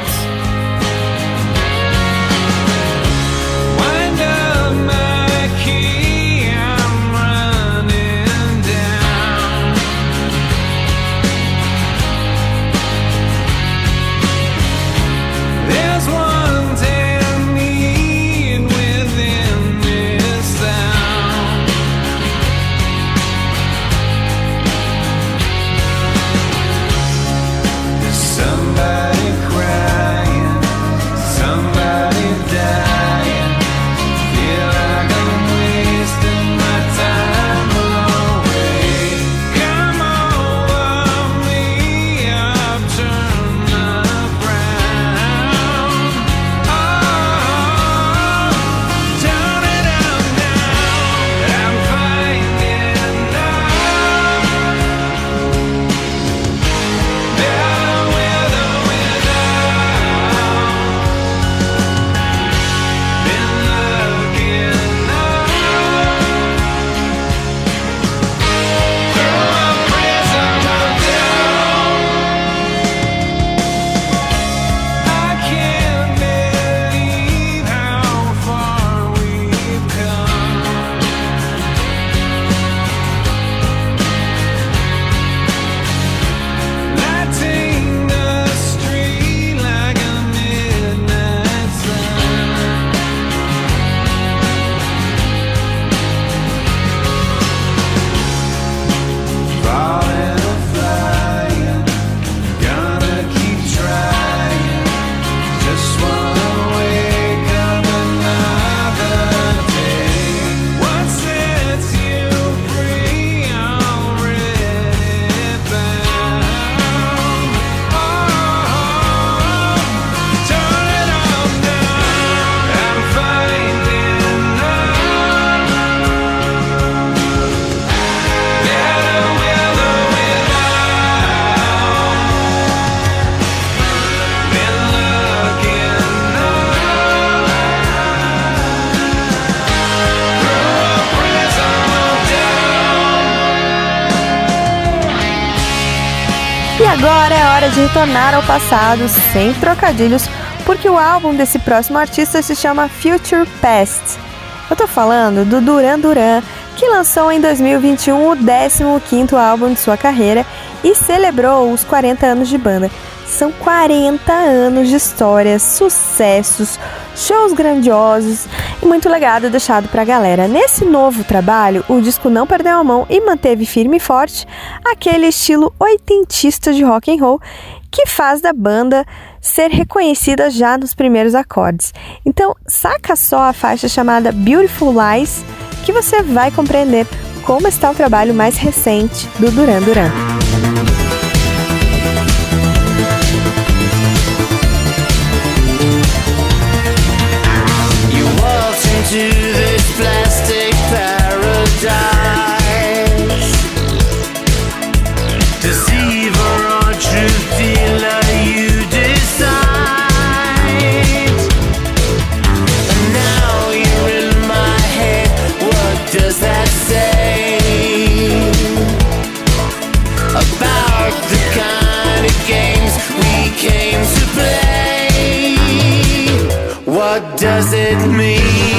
Somebody cry. Agora é hora de retornar ao passado sem trocadilhos, porque o álbum desse próximo artista se chama Future Past. Eu tô falando do Duran Duran, que lançou em 2021 o 15º álbum de sua carreira e celebrou os 40 anos de banda. São 40 anos de histórias, sucessos, shows grandiosos e muito legado deixado pra galera. Nesse novo trabalho, o disco não perdeu a mão e manteve firme e forte aquele estilo oitentista de rock and roll que faz da banda ser reconhecida já nos primeiros acordes. Então, saca só a faixa chamada Beautiful Lies, que você vai compreender como está o trabalho mais recente do Duran Duran. To this plastic paradise, deceiver or truth dealer, you decide. And now you're in my head, what does that say about the kind of games we came to play? What does it mean?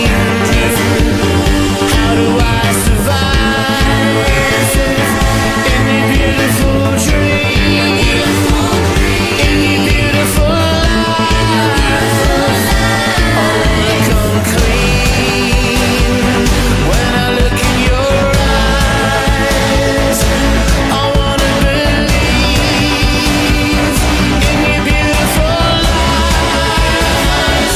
How do I survive in your beautiful dream, in your beautiful life? I wanna come clean when I look in your eyes. I wanna believe in your beautiful lies.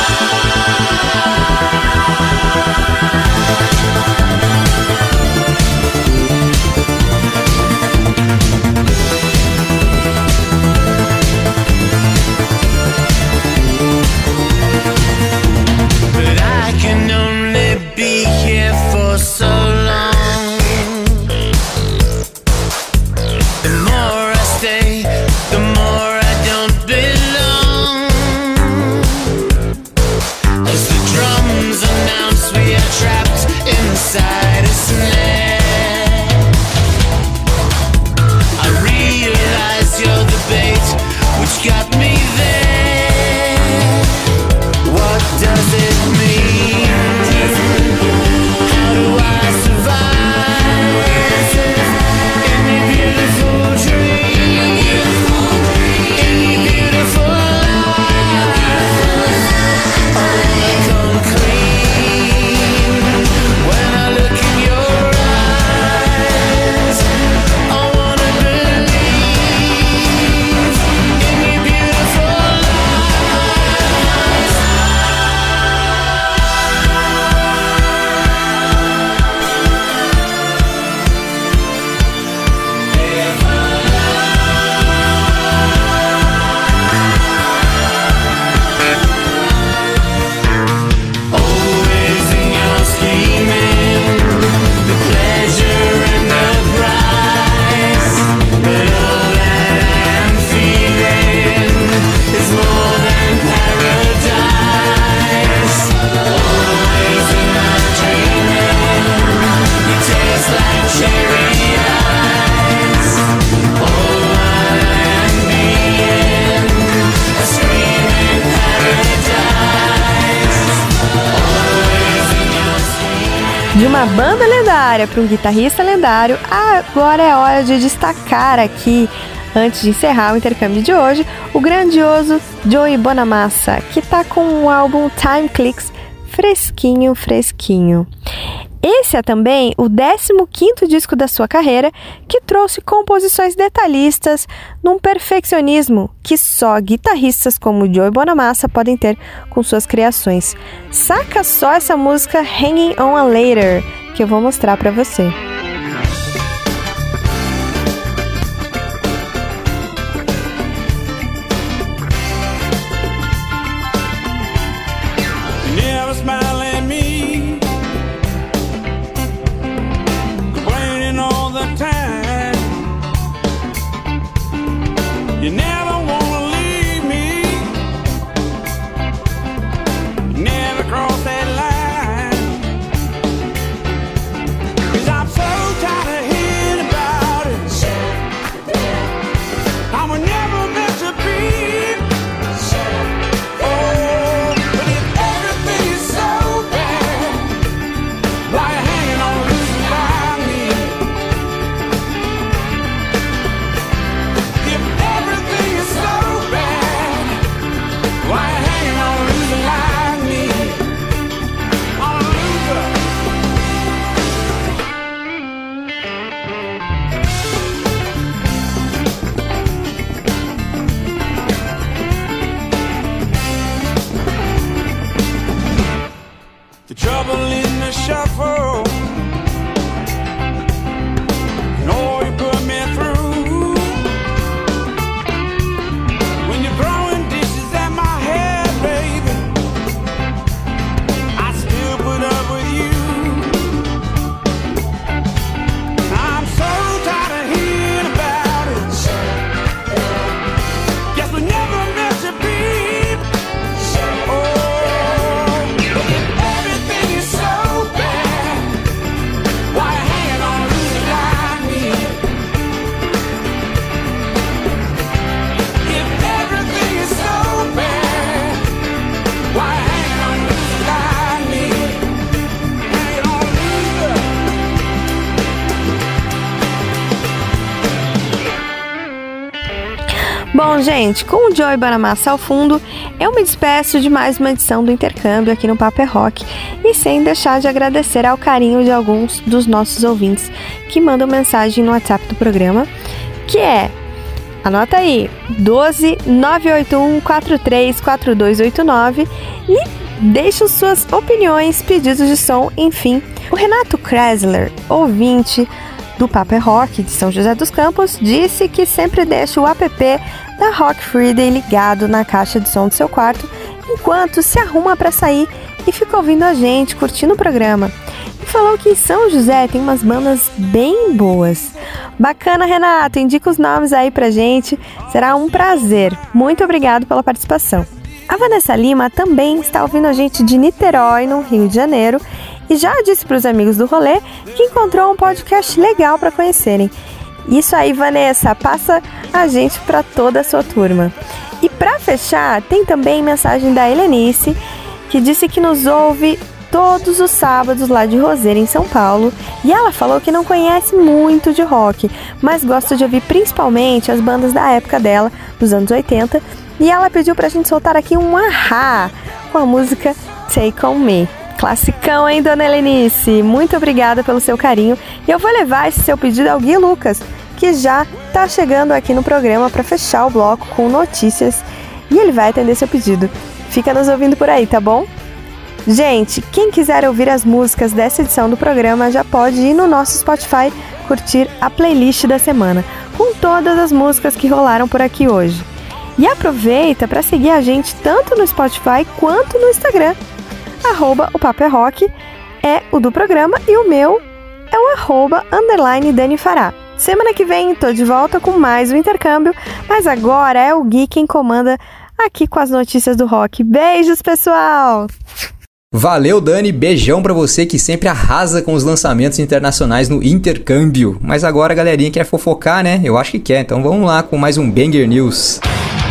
But I can only be here for so long. The more I stay, the more I don't belong. As the drums announce we are trapped inside a snare, I realize you're the bait which got me there. What does it mean? How do I survive in your beautiful dream, in your beautiful life? I wanna come clean when I look in your eyes. I wanna believe in your beautiful lies. Always in your scheming, the pleasure and the price. But all that I'm feeling is more than paradise. Always in my dreaming, you taste like cherry ice. All that I'm being, a screaming paradise. Always in your scheming. De uma banda lendária para um guitarrista lendário, agora é hora de destacar aqui, antes de encerrar o intercâmbio de hoje, o grandioso Joey Bonamassa, que tá com o álbum Time Clicks fresquinho, fresquinho. Esse é também o 15º disco da sua carreira, que trouxe composições detalhistas num perfeccionismo que só guitarristas como Joey Bonamassa podem ter com suas criações. Saca só essa música Hanging on a Ladder, que eu vou mostrar pra você. Never smile at me, complaining all the time. You never wanna leave me, never cross that line. 'Cause I'm so shuffle. And all you put me through. When you're throwing dishes at my head, baby, I still put up with you. I'm so tired of hearing about it. Guess we never meant to be. Bom, gente, com o Joey Bonamassa ao fundo, eu me despeço de mais uma edição do Intercâmbio aqui no Papo é Rock e sem deixar de agradecer ao carinho de alguns dos nossos ouvintes que mandam mensagem no WhatsApp do programa, que é, anota aí, 12 981 434289 e deixem suas opiniões, pedidos de som, enfim. O Renato Kressler, ouvinte do Papo é Rock de São José dos Campos, disse que sempre deixa o app da Rock Friday ligado na caixa de som do seu quarto enquanto se arruma para sair e fica ouvindo a gente, curtindo o programa. E falou que em São José tem umas bandas bem boas. Bacana, Renato, indica os nomes aí pra gente, será um prazer. Muito obrigado pela participação. A Vanessa Lima também está ouvindo a gente de Niterói, no Rio de Janeiro, e já disse para os amigos do rolê que encontrou um podcast legal para conhecerem. Isso aí, Vanessa, passa a gente para toda a sua turma. E para fechar, tem também mensagem da Helenice, que disse que nos ouve todos os sábados lá de Roseira, em São Paulo, e ela falou que não conhece muito de rock, mas gosta de ouvir principalmente as bandas da época dela, dos anos 80, e ela pediu pra gente soltar aqui um ahá com a música Take On Me. Classicão, hein, dona Helenice? Muito obrigada pelo seu carinho. E eu vou levar esse seu pedido ao Gui Lucas, que já tá chegando aqui no programa para fechar o bloco com notícias. E ele vai atender seu pedido. Fica nos ouvindo por aí, tá bom? Gente, quem quiser ouvir as músicas dessa edição do programa já pode ir no nosso Spotify curtir a playlist da semana, com todas as músicas que rolaram por aqui hoje. E aproveita para seguir a gente tanto no Spotify quanto no Instagram. @o Papo é Rock é o do programa e o meu é o @Dani Fará. Semana que vem tô de volta com mais um intercâmbio, mas agora é o Gui quem comanda aqui com as notícias do rock. Beijos, pessoal! Valeu, Dani, beijão pra você que sempre arrasa com os lançamentos internacionais no intercâmbio. Mas agora a galerinha quer fofocar, né? Eu acho que quer, então vamos lá com mais um Banger News.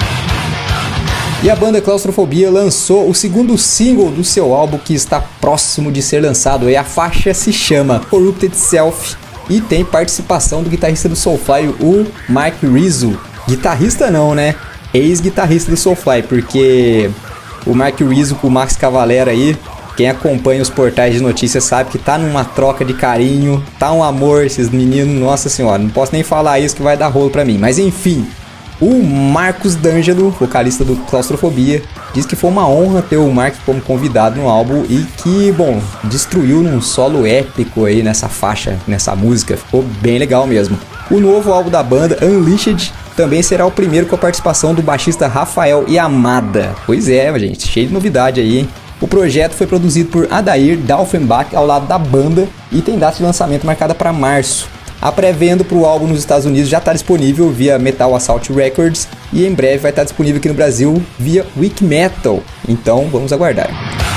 E a banda Claustrofobia lançou o segundo single do seu álbum que está próximo de ser lançado. E a faixa se chama Corrupted Self e tem participação do guitarrista do Soulfly, o Mark Rizzo. Guitarrista não, né? Ex-guitarrista do Soulfly, porque o Mark Rizzo com o Max Cavalera aí, quem acompanha os portais de notícias sabe que tá numa troca de carinho, tá um amor esses meninos, nossa senhora, não posso nem falar isso que vai dar rolo pra mim, mas enfim. O Marcos D'Angelo, vocalista do Claustrofobia, diz que foi uma honra ter o Mark como convidado no álbum e que, bom, destruiu num solo épico aí nessa faixa, nessa música, ficou bem legal mesmo. O novo álbum da banda, Unleashed, também será o primeiro com a participação do baixista Rafael Yamada. Pois é, gente, cheio de novidade aí, hein? O projeto foi produzido por Adair Dalfenbach ao lado da banda e tem data de lançamento marcada para março. A pré-venda para o álbum nos Estados Unidos já está disponível via Metal Assault Records e em breve vai estar disponível aqui no Brasil via Wiki Metal. Então vamos aguardar.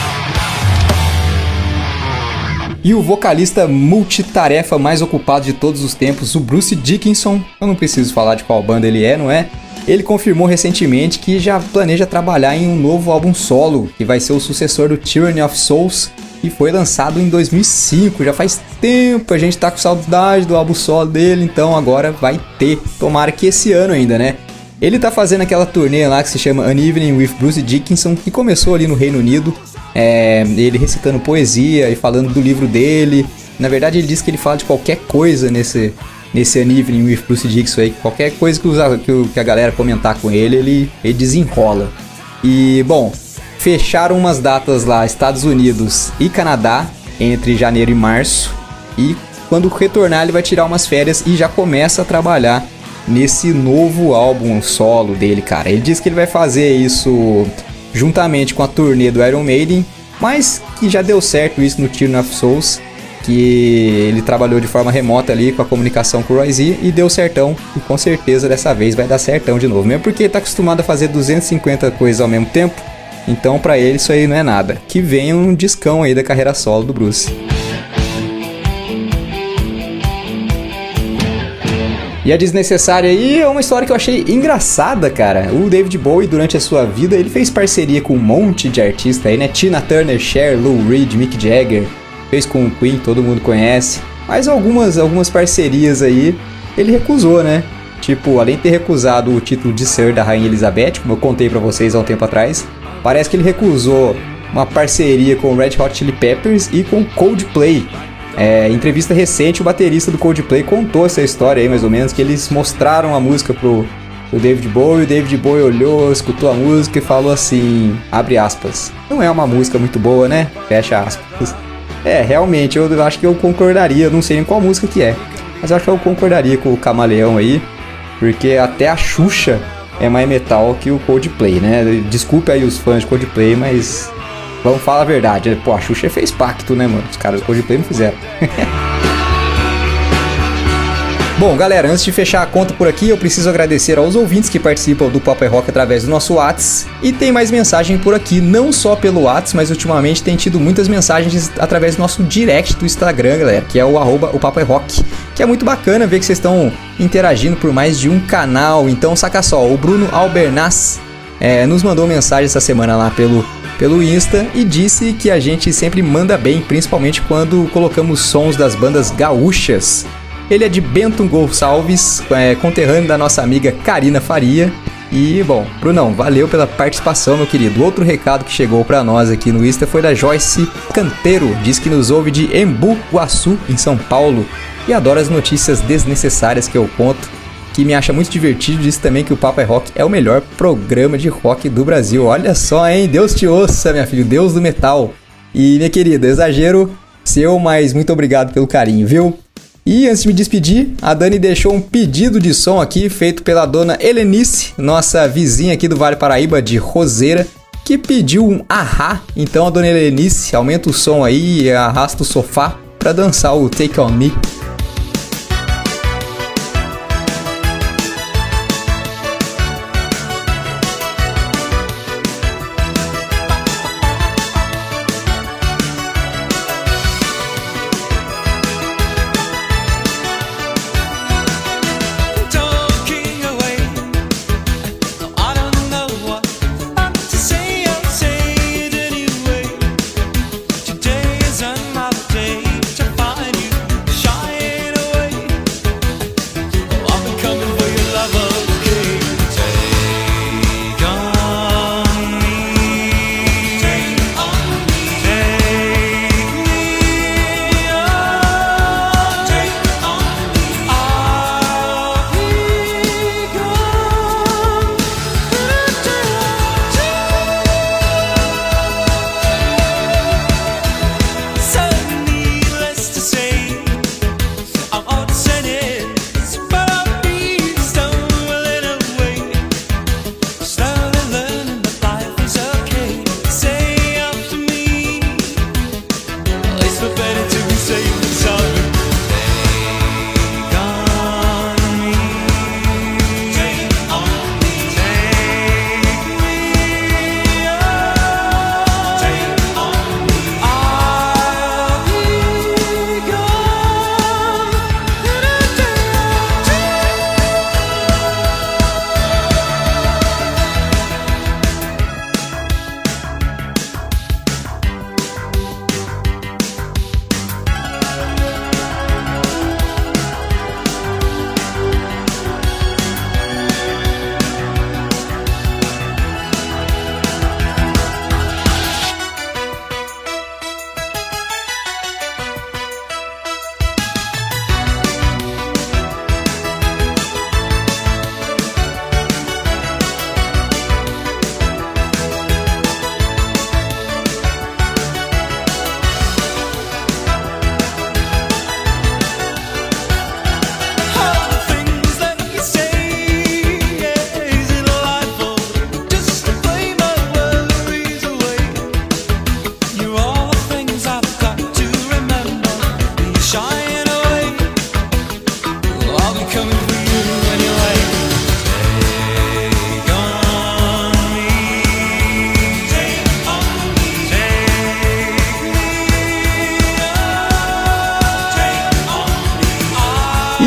E o vocalista multitarefa mais ocupado de todos os tempos, o Bruce Dickinson, eu não preciso falar de qual banda ele é, não é? Ele confirmou recentemente que já planeja trabalhar em um novo álbum solo, que vai ser o sucessor do Tyranny of Souls, que foi lançado em 2005, já faz tempo, a gente tá com saudade do álbum solo dele, então agora vai ter, tomara que esse ano ainda, né? Ele tá fazendo aquela turnê lá que se chama An Evening with Bruce Dickinson, que começou ali no Reino Unido, ele recitando poesia e falando do livro dele. Na verdade ele diz que ele fala de qualquer coisa nesse An Evening with Bruce Dickinson aí, qualquer coisa que a galera comentar com ele desenrola. E bom, fecharam umas datas lá, Estados Unidos e Canadá, entre janeiro e março. E quando retornar ele vai tirar umas férias e já começa a trabalhar nesse novo álbum solo dele, cara. Ele diz que ele vai fazer isso juntamente com a turnê do Iron Maiden, mas que já deu certo isso no Tyranny of Souls, que ele trabalhou de forma remota ali com a comunicação com o Roy Z e deu certão, e com certeza dessa vez vai dar certão de novo, mesmo porque ele tá acostumado a fazer 250 coisas ao mesmo tempo, então pra ele isso aí não é nada. Que venha um discão aí da carreira solo do Bruce. E a desnecessária aí é uma história que eu achei engraçada, cara. O David Bowie, durante a sua vida, ele fez parceria com um monte de artistas aí, né? Tina Turner, Cher, Lou Reed, Mick Jagger. Fez com o Queen, todo mundo conhece. Mas algumas parcerias aí, ele recusou, né? Tipo, além de ter recusado o título de Sir da Rainha Elizabeth, como eu contei pra vocês há um tempo atrás, parece que ele recusou uma parceria com o Red Hot Chili Peppers e com Coldplay. Em entrevista recente, o baterista do Coldplay contou essa história aí, mais ou menos, que eles mostraram a música pro David Bowie. O David Bowie olhou, escutou a música e falou assim, abre aspas, não é uma música muito boa, né? Fecha aspas. Realmente, eu acho que eu concordaria, não sei nem qual música que é, mas eu acho que eu concordaria com o Camaleão aí, porque até a Xuxa é mais metal que o Coldplay, né? Desculpe aí os fãs de Coldplay, mas vamos falar a verdade, né? Pô, a Xuxa fez pacto, né, mano? Os caras do Coldplay não fizeram. Bom, galera, antes de fechar a conta por aqui, eu preciso agradecer aos ouvintes que participam do Papo é Rock através do nosso Whats. E tem mais mensagem por aqui, não só pelo Whats, mas ultimamente tem tido muitas mensagens através do nosso direct do Instagram, galera, que é o @o Papo é Rock, que é muito bacana ver que vocês estão interagindo por mais de um canal. Então, saca só, o Bruno Albernaz nos mandou mensagem essa semana lá pelo Insta e disse que a gente sempre manda bem, principalmente quando colocamos sons das bandas gaúchas. Ele é de Bento Gonçalves, conterrâneo da nossa amiga Karina Faria. E, bom, Brunão, valeu pela participação, meu querido. Outro recado que chegou pra nós aqui no Insta foi da Joyce Canteiro. Diz que nos ouve de Embu Guaçu, em São Paulo, e adora as notícias desnecessárias que eu conto, que me acha muito divertido. Diz também que o Papo é Rock é o melhor programa de rock do Brasil. Olha só, hein? Deus te ouça, minha filha, Deus do metal. E, minha querida, exagero seu, mas muito obrigado pelo carinho, viu? E antes de me despedir, a Dani deixou um pedido de som aqui, feito pela dona Helenice, nossa vizinha aqui do Vale Paraíba, de Roseira, que pediu um ahá. Então a dona Helenice, aumenta o som aí e arrasta o sofá pra dançar o Take On Me. Today is another day to find you.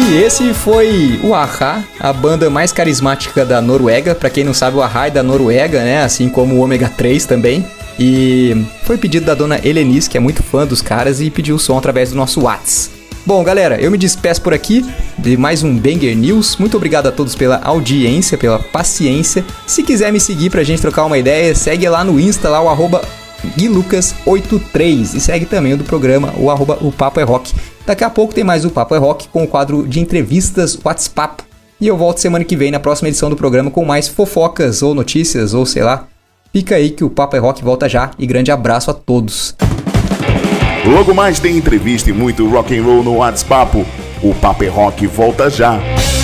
E esse foi o a-ha, a banda mais carismática da Noruega. Pra quem não sabe, o a-ha é da Noruega, né? Assim como o Ômega 3 também. E foi pedido da dona Helenice, que é muito fã dos caras, e pediu o som através do nosso Whats. Bom, galera, eu me despeço por aqui de mais um Banger News. Muito obrigado a todos pela audiência, pela paciência. Se quiser me seguir pra gente trocar uma ideia, segue lá no Insta, lá o @guilucas83. E segue também o do programa, o Papo é Rock. Daqui a pouco tem mais o Papo é Rock com o quadro de entrevistas WhatsApp. E eu volto semana que vem na próxima edição do programa com mais fofocas ou notícias ou sei lá. Fica aí que o Papo é Rock volta já e grande abraço a todos. Logo mais tem entrevista e muito rock and roll no WhatsApp. O Papo é Rock volta já.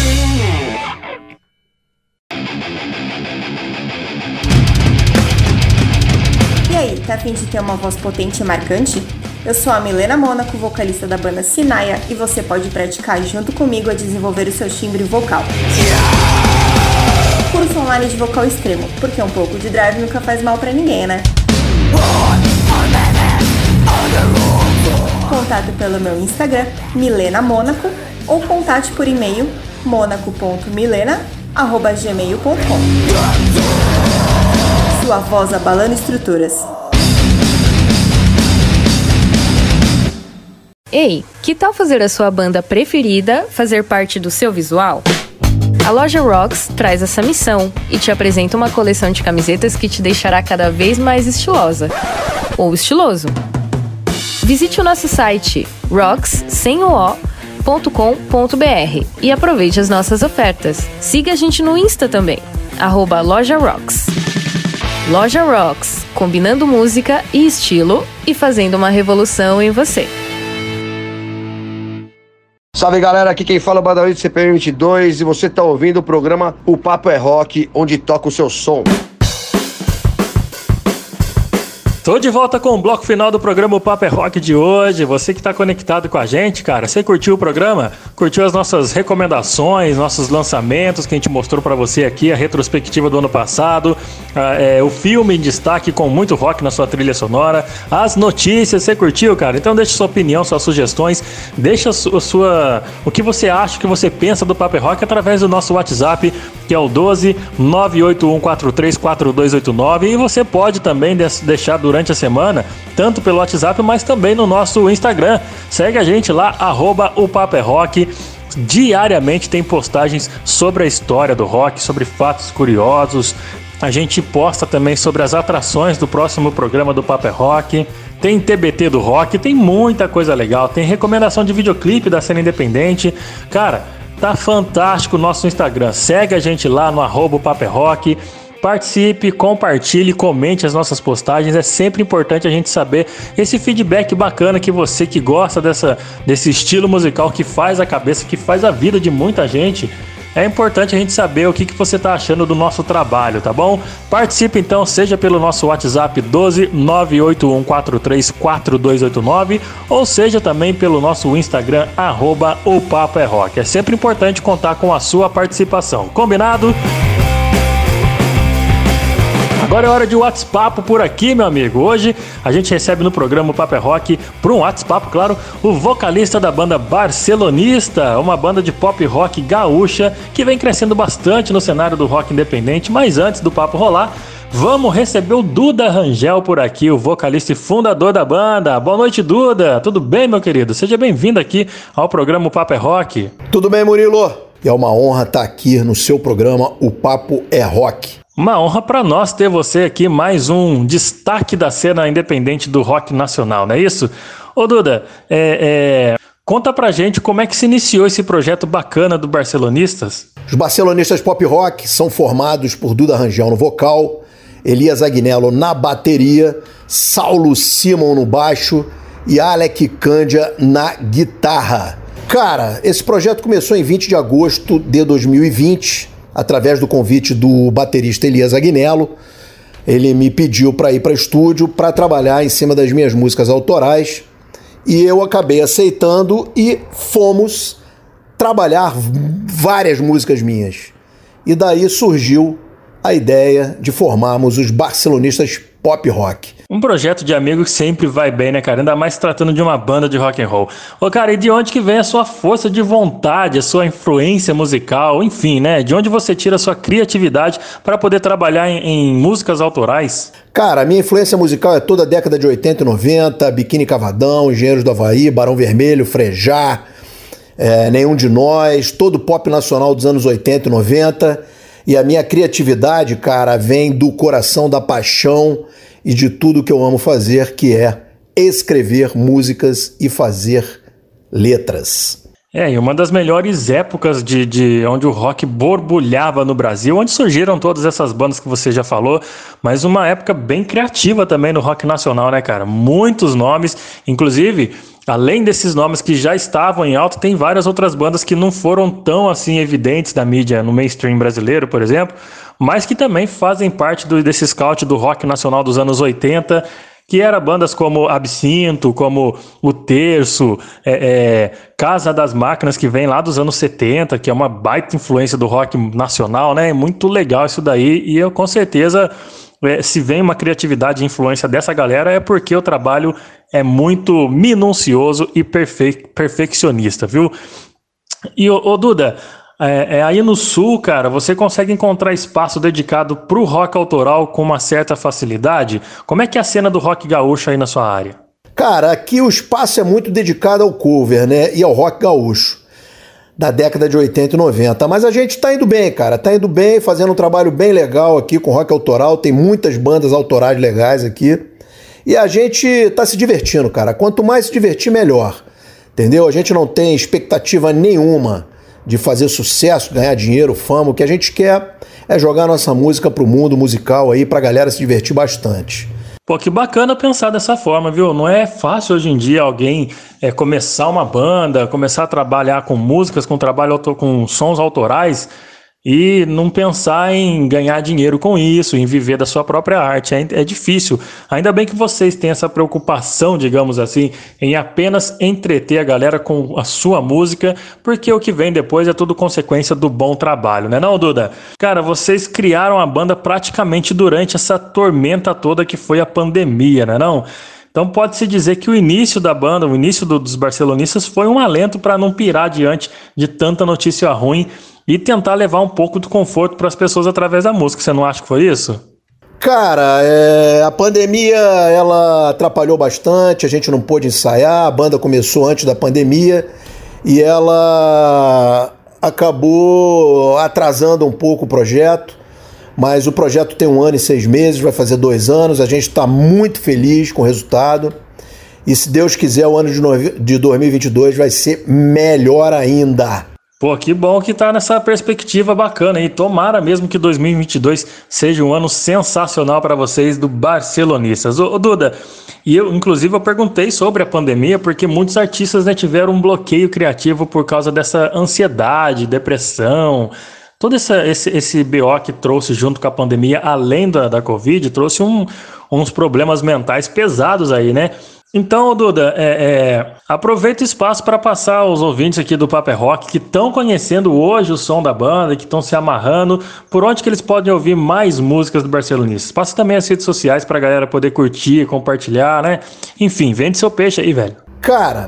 E aí, tá a fim de ter uma voz potente e marcante? Eu sou a Milena Mônaco, vocalista da banda Sinaia, e você pode praticar junto comigo a desenvolver o seu timbre vocal. Curso online de vocal extremo, porque um pouco de drive nunca faz mal pra ninguém, né? Contato pelo meu Instagram, Milena Mônaco, ou contate por e-mail, monaco.milena@gmail.com. Sua voz abalando estruturas. Ei, que tal fazer a sua banda preferida fazer parte do seu visual? A loja Rocks traz essa missão e te apresenta uma coleção de camisetas que te deixará cada vez mais estilosa. Ou estiloso. Visite o nosso site rocks.com.br e aproveite as nossas ofertas. Siga a gente no Insta também, @lojarocks. Loja Rocks, combinando música e estilo e fazendo uma revolução em você. Salve galera, aqui quem fala é o Badawi do CPM 22 e você tá ouvindo o programa O Papo é Rock, onde toca o seu som. Tô de volta com o bloco final do programa O Papo é Rock de hoje. Você que tá conectado com a gente, cara, você curtiu o programa? Curtiu as nossas recomendações, nossos lançamentos que a gente mostrou pra você aqui, a retrospectiva do ano passado, o filme em destaque com muito rock na sua trilha sonora, as notícias, você curtiu, cara? Então deixa sua opinião, suas sugestões, deixa o que você acha, o que você pensa do Papo é Rock através do nosso WhatsApp, que é o 12-981434289, e você pode também deixar durante a semana, tanto pelo WhatsApp, mas também no nosso Instagram. Segue a gente lá, @o Papo é Rock. Diariamente tem postagens sobre a história do rock, sobre fatos curiosos. A gente posta também sobre as atrações do próximo programa do Papo é Rock. Tem TBT do rock, tem muita coisa legal. Tem recomendação de videoclipe da cena independente. Cara, tá fantástico o nosso Instagram. Segue a gente lá no @o Papo é Rock. Participe, compartilhe, comente as nossas postagens. É sempre importante a gente saber esse feedback bacana que você que gosta desse estilo musical que faz a cabeça, que faz a vida de muita gente. É importante a gente saber o que você está achando do nosso trabalho, tá bom? Participe então, seja pelo nosso WhatsApp 12-981434289 ou seja também pelo nosso Instagram @o Papo é Rock. É sempre importante contar com a sua participação. Combinado? Agora é hora de WhatsApp por aqui, meu amigo. Hoje a gente recebe no programa o Papo é Rock, por um WhatsApp, claro, o vocalista da banda Barcelonista, uma banda de pop rock gaúcha que vem crescendo bastante no cenário do rock independente. Mas antes do papo rolar, vamos receber o Duda Rangel por aqui, o vocalista e fundador da banda. Boa noite, Duda. Tudo bem, meu querido? Seja bem-vindo aqui ao programa O Papo é Rock. Tudo bem, Murilo? E é uma honra estar aqui no seu programa O Papo é Rock. Uma honra para nós ter você aqui, mais um destaque da cena independente do rock nacional, não é isso? Ô Duda, conta pra gente como é que se iniciou esse projeto bacana do Barcelonistas. Os Barcelonistas Pop Rock são formados por Duda Rangel no vocal, Elias Agnello na bateria, Saulo Simon no baixo e Alec Cândia na guitarra. Cara, esse projeto começou em 20 de agosto de 2020, através do convite do baterista Elias Agnello. Ele me pediu para ir para estúdio para trabalhar em cima das minhas músicas autorais e eu acabei aceitando e fomos trabalhar várias músicas minhas. E daí surgiu a ideia de formarmos os Barcelonistas pop rock. Um projeto de amigo que sempre vai bem, né, cara? Ainda mais se tratando de uma banda de rock and roll. Ô, cara, e de onde que vem a sua força de vontade, a sua influência musical, enfim, né? De onde você tira a sua criatividade para poder trabalhar em músicas autorais? Cara, a minha influência musical é toda a década de 80 e 90, Biquíni Cavadão, Engenheiros do Havaí, Barão Vermelho, Frejá, Nenhum de Nós, todo o pop nacional dos anos 80 e 90. E a minha criatividade, cara, vem do coração, da paixão e de tudo que eu amo fazer, que é escrever músicas e fazer letras. E uma das melhores épocas de onde o rock borbulhava no Brasil, onde surgiram todas essas bandas que você já falou, mas uma época bem criativa também no rock nacional, né, cara? Muitos nomes, inclusive, além desses nomes que já estavam em alta, tem várias outras bandas que não foram tão assim evidentes da mídia, no mainstream brasileiro, por exemplo, mas que também fazem parte desse scout do rock nacional dos anos 80, que eram bandas como Absinto, como O Terço, Casa das Máquinas, que vem lá dos anos 70, que é uma baita influência do rock nacional, né? É muito legal isso daí, e eu com certeza, se vem uma criatividade e influência dessa galera, é porque o trabalho é muito minucioso e perfeccionista, viu? E, ô Duda, aí no Sul, cara, você consegue encontrar espaço dedicado pro rock autoral com uma certa facilidade? Como é que é a cena do rock gaúcho aí na sua área? Cara, aqui o espaço é muito dedicado ao cover, né? E ao rock gaúcho, da década de 80 e 90. Mas a gente tá indo bem, cara. Tá indo bem, fazendo um trabalho bem legal aqui com rock autoral. Tem muitas bandas autorais legais aqui. E a gente tá se divertindo, cara. Quanto mais se divertir, melhor. Entendeu? A gente não tem expectativa nenhuma de fazer sucesso, ganhar dinheiro, fama. O que a gente quer é jogar nossa música pro mundo musical aí, pra galera se divertir bastante. Pô, que bacana pensar dessa forma, viu? Não é fácil hoje em dia alguém começar uma banda, começar a trabalhar com músicas, com trabalho com sons autorais e não pensar em ganhar dinheiro com isso, em viver da sua própria arte. É difícil. Ainda bem que vocês têm essa preocupação, digamos assim, em apenas entreter a galera com a sua música, porque o que vem depois é tudo consequência do bom trabalho, né não, Duda? Cara, vocês criaram a banda praticamente durante essa tormenta toda que foi a pandemia, né não? Então pode-se dizer que o início da banda, o início dos Barcelonistas foi um alento para não pirar diante de tanta notícia ruim e tentar levar um pouco do conforto para as pessoas através da música. Você não acha que foi isso? Cara, a pandemia ela atrapalhou bastante, a gente não pôde ensaiar, a banda começou antes da pandemia e ela acabou atrasando um pouco o projeto, mas o projeto tem 1 ano e 6 meses, vai fazer 2 anos, a gente está muito feliz com o resultado e se Deus quiser o ano de 2022 vai ser melhor ainda. Pô, que bom que tá nessa perspectiva bacana aí. Tomara mesmo que 2022 seja um ano sensacional para vocês do Barcelonistas. Ô Duda, e inclusive eu perguntei sobre a pandemia porque muitos artistas tiveram um bloqueio criativo por causa dessa ansiedade, depressão, todo esse BO que trouxe junto com a pandemia, além da Covid, trouxe uns problemas mentais pesados aí, né? Então, Duda, aproveita o espaço para passar aos ouvintes aqui do Papo é Rock que estão conhecendo hoje o som da banda, que estão se amarrando, por onde que eles podem ouvir mais músicas do Barcelonistas. Passa também as redes sociais para a galera poder curtir, compartilhar, né? Enfim, vende seu peixe aí, velho. Cara,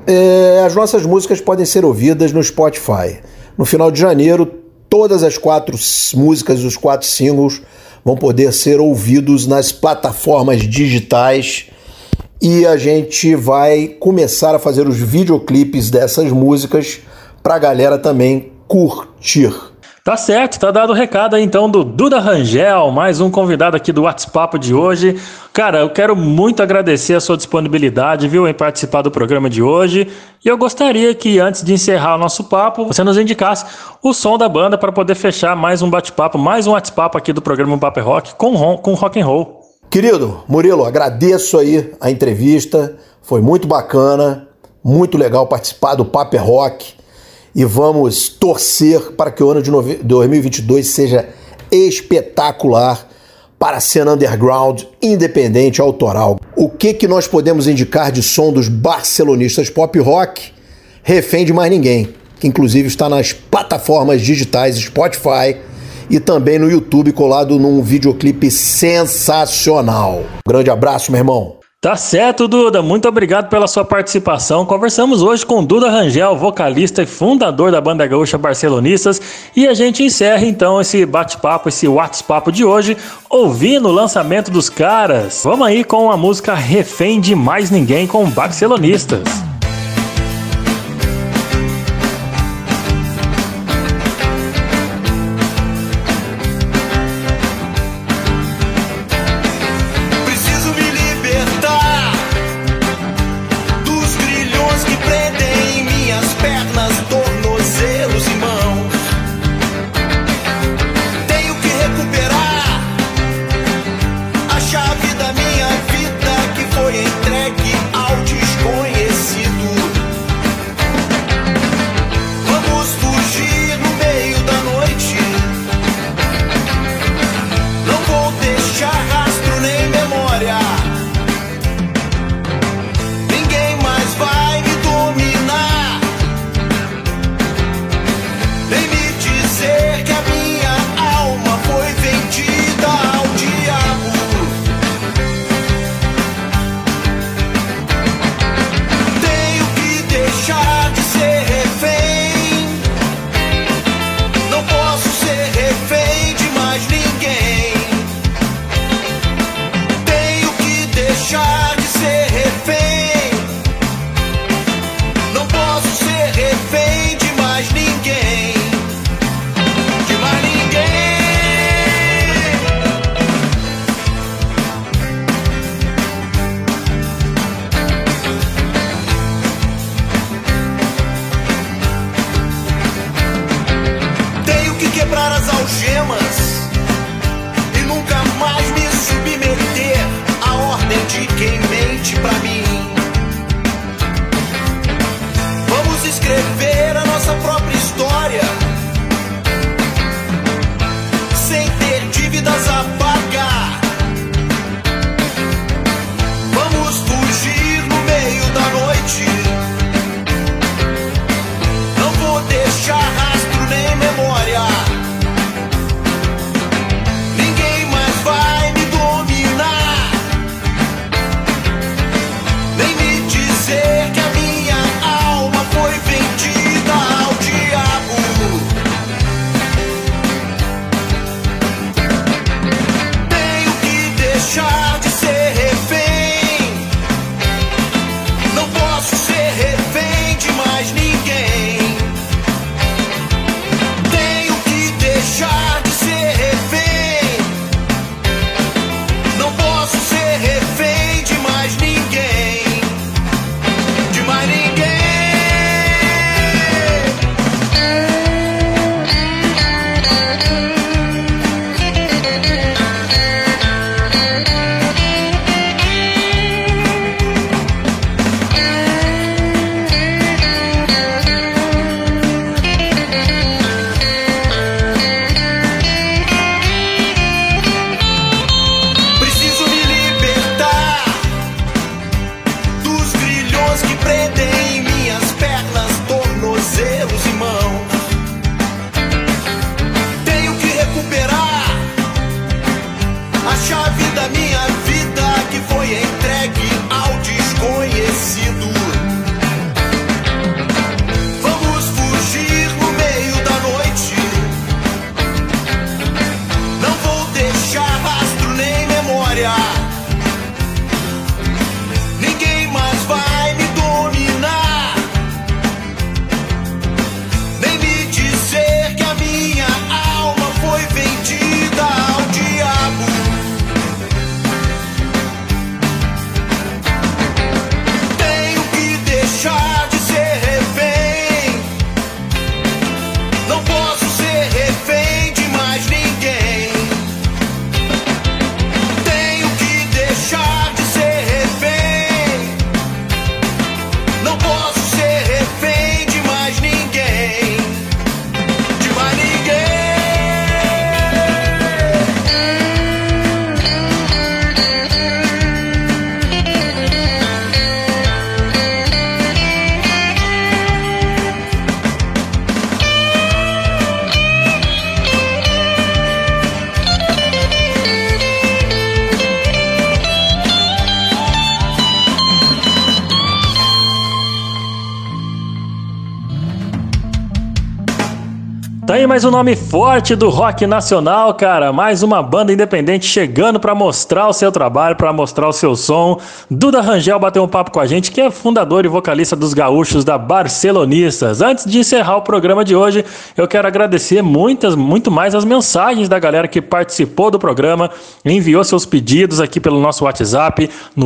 as nossas músicas podem ser ouvidas no Spotify. No final de janeiro, todas as 4 músicas, os 4 singles, vão poder ser ouvidos nas plataformas digitais. E a gente vai começar a fazer os videoclipes dessas músicas pra galera também curtir. Tá certo, tá dado o recado aí então do Duda Rangel, mais um convidado aqui do WhatsApp de hoje. Cara, eu quero muito agradecer a sua disponibilidade, viu, em participar do programa de hoje. E eu gostaria que antes de encerrar o nosso papo, você nos indicasse o som da banda para poder fechar mais um bate-papo, mais um WhatsApp aqui do programa Papo é Rock com rock and roll. Querido Murilo, agradeço aí a entrevista, foi muito bacana, muito legal participar do Papo é Rock e vamos torcer para que o ano de 2022 seja espetacular para a cena underground, independente, autoral. O que nós podemos indicar de som dos Barcelonistas Pop Rock? Refém de Mais Ninguém, que inclusive está nas plataformas digitais Spotify e também no YouTube, colado num videoclipe sensacional. Grande abraço, meu irmão. Tá certo, Duda. Muito obrigado pela sua participação. Conversamos hoje com Duda Rangel, vocalista e fundador da banda gaúcha Barcelonistas. E a gente encerra então esse bate-papo, esse WhatsApp de hoje, ouvindo o lançamento dos caras. Vamos aí com a música Refém de Mais Ninguém com Barcelonistas. Chave da minha vida que foi entregue ao desconhecido. aí mais um nome forte do rock nacional, cara. Mais uma banda independente chegando pra mostrar o seu trabalho, pra mostrar o seu som. Duda Rangel bateu um papo com a gente, que é fundador e vocalista dos Gaúchos da Barcelonistas. Antes de encerrar o programa de hoje, eu quero agradecer muito mais as mensagens da galera que participou do programa, enviou seus pedidos aqui pelo nosso WhatsApp no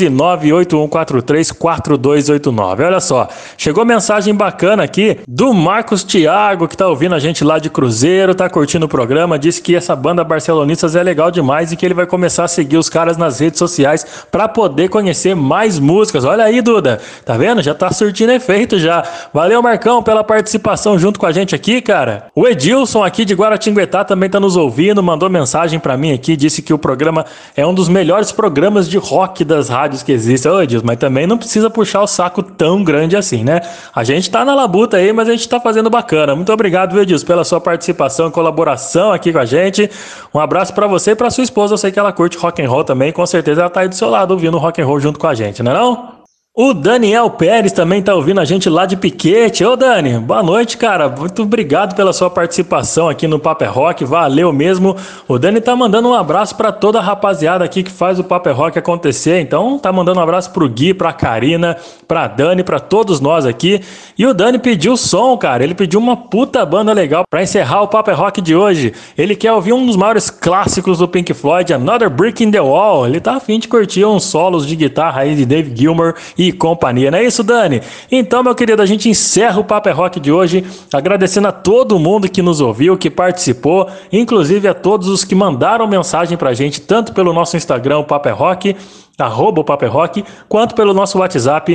12981434289. Olha só, chegou mensagem bacana aqui do Marcos Thiago, que tá ouvindo a gente lá de Cruzeiro, tá curtindo o programa, disse que essa banda Barcelonistas é legal demais e que ele vai começar a seguir os caras nas redes sociais pra poder conhecer mais músicas. Olha aí, Duda, tá vendo? Já tá surtindo efeito já. Valeu, Marcão, pela participação junto com a gente aqui, cara. O Edilson aqui de Guaratinguetá também tá nos ouvindo, mandou mensagem pra mim aqui, disse que o programa é um dos melhores programas de rock das rádios que existem. Ô, Edilson, mas também não precisa puxar o saco tão grande assim, né? A gente tá na labuta aí, mas a gente tá fazendo bacana. Muito obrigado, viu, Edilson, pela sua participação e colaboração aqui com a gente. Um abraço pra você e pra sua esposa. Eu sei que ela curte rock and roll também, com certeza ela tá aí do seu lado ouvindo rock and roll junto com a gente, não é não? O Daniel Pérez também tá ouvindo a gente lá de Piquete. Ô Dani, boa noite, cara. Muito obrigado pela sua participação aqui no Papo é Rock. Valeu mesmo. O Dani tá mandando um abraço pra toda a rapaziada aqui que faz o Papo é Rock acontecer. Então tá mandando um abraço pro Gui, pra Karina, pra Dani, pra todos nós aqui. E o Dani pediu som, cara. Ele pediu uma puta banda legal pra encerrar o Papo é Rock de hoje. Ele quer ouvir um dos maiores clássicos do Pink Floyd, Another Brick in the Wall. Ele tá a fim de curtir uns solos de guitarra aí de Dave Gilmour e companhia, não é isso, Dani? Então, meu querido, a gente encerra o Papo é Rock de hoje, agradecendo a todo mundo que nos ouviu, que participou, inclusive a todos os que mandaram mensagem pra gente, tanto pelo nosso Instagram, o Papo é Rock, @o Papo é Rock, quanto pelo nosso WhatsApp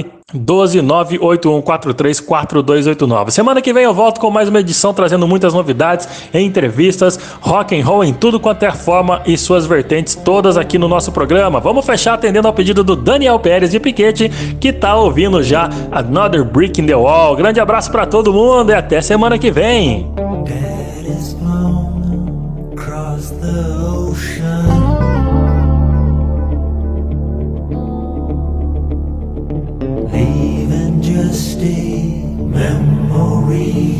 12981434289. Semana que vem eu volto com mais uma edição trazendo muitas novidades, entrevistas, rock and roll em tudo quanto é forma e suas vertentes todas aqui no nosso programa. Vamos fechar atendendo ao pedido do Daniel Pérez de Piquete, que tá ouvindo já Another Brick in the Wall. Grande abraço pra todo mundo e até semana que vem. Leaving just a memory,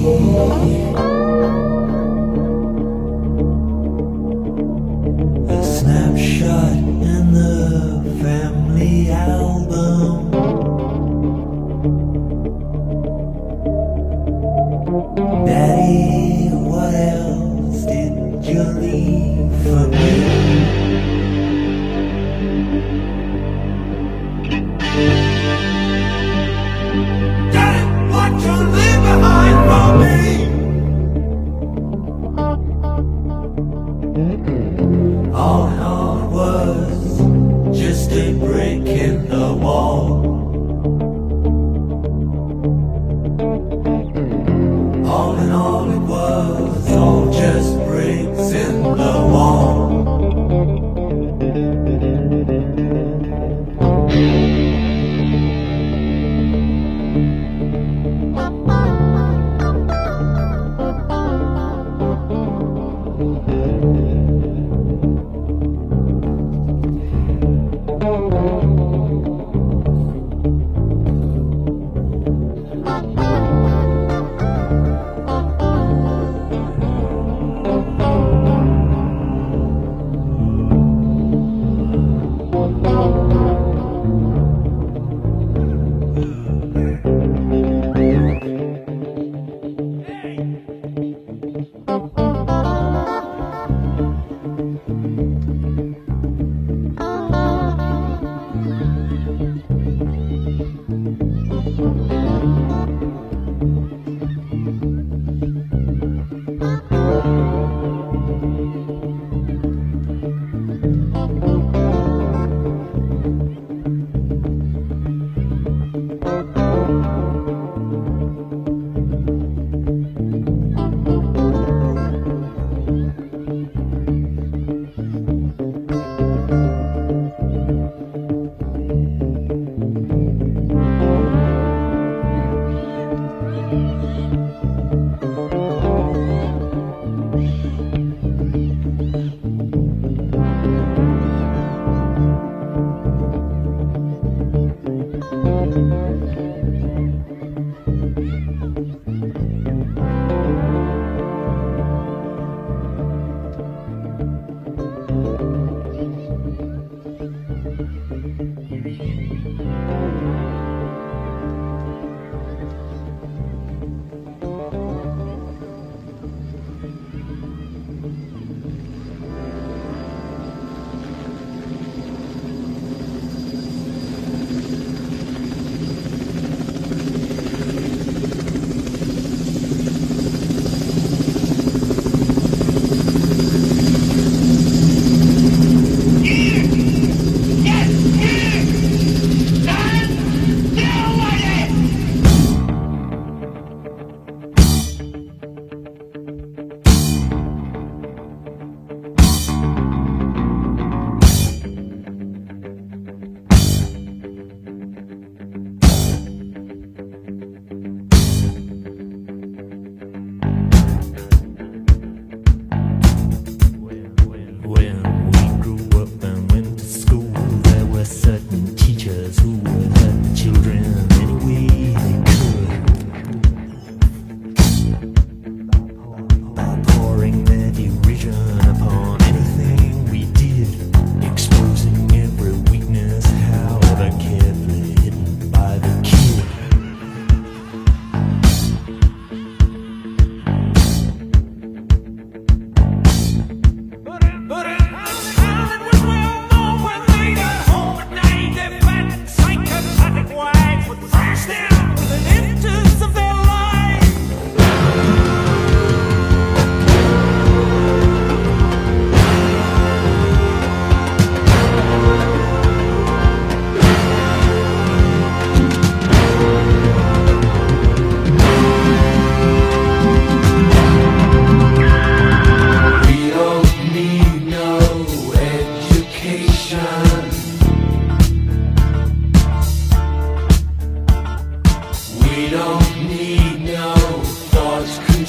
a snapshot in the family album. Daddy, what else did you leave for me? All in all it was just a break in the wall. All in all it was all just breaks in the wall.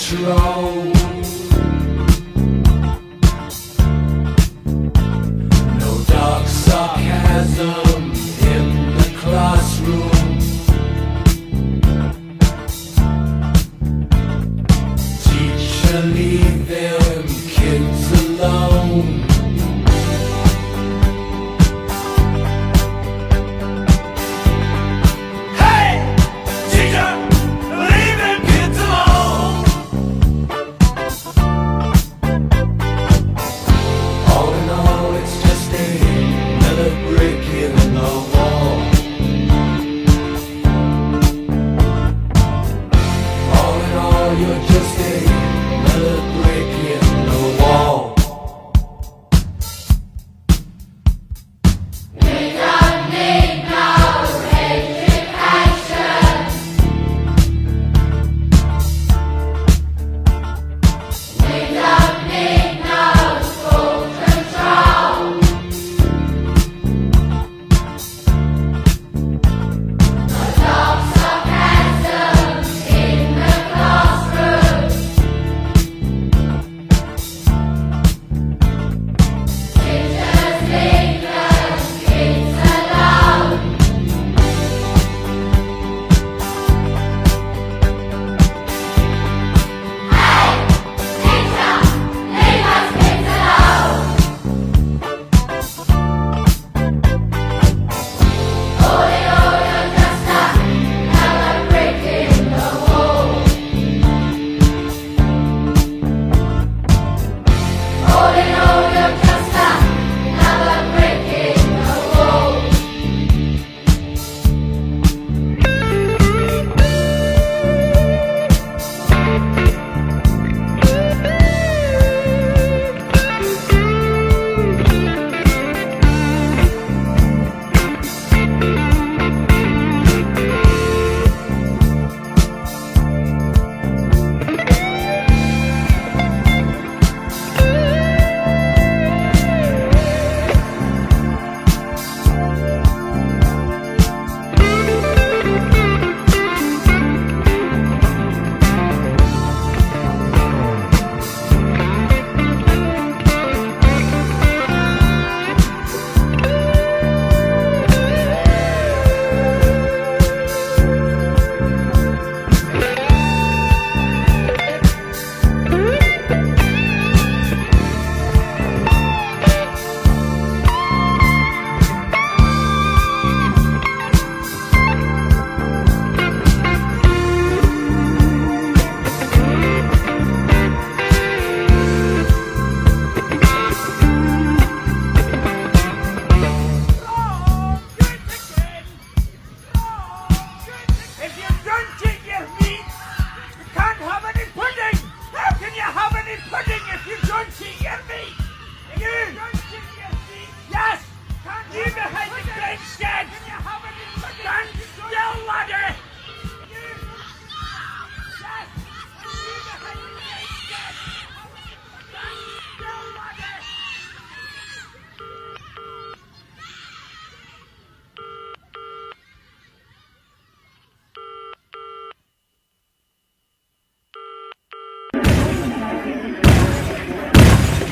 control. No dark sarcasm in the classroom. Teacher, leave them kids alone.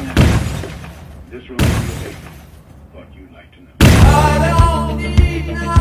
I don't need no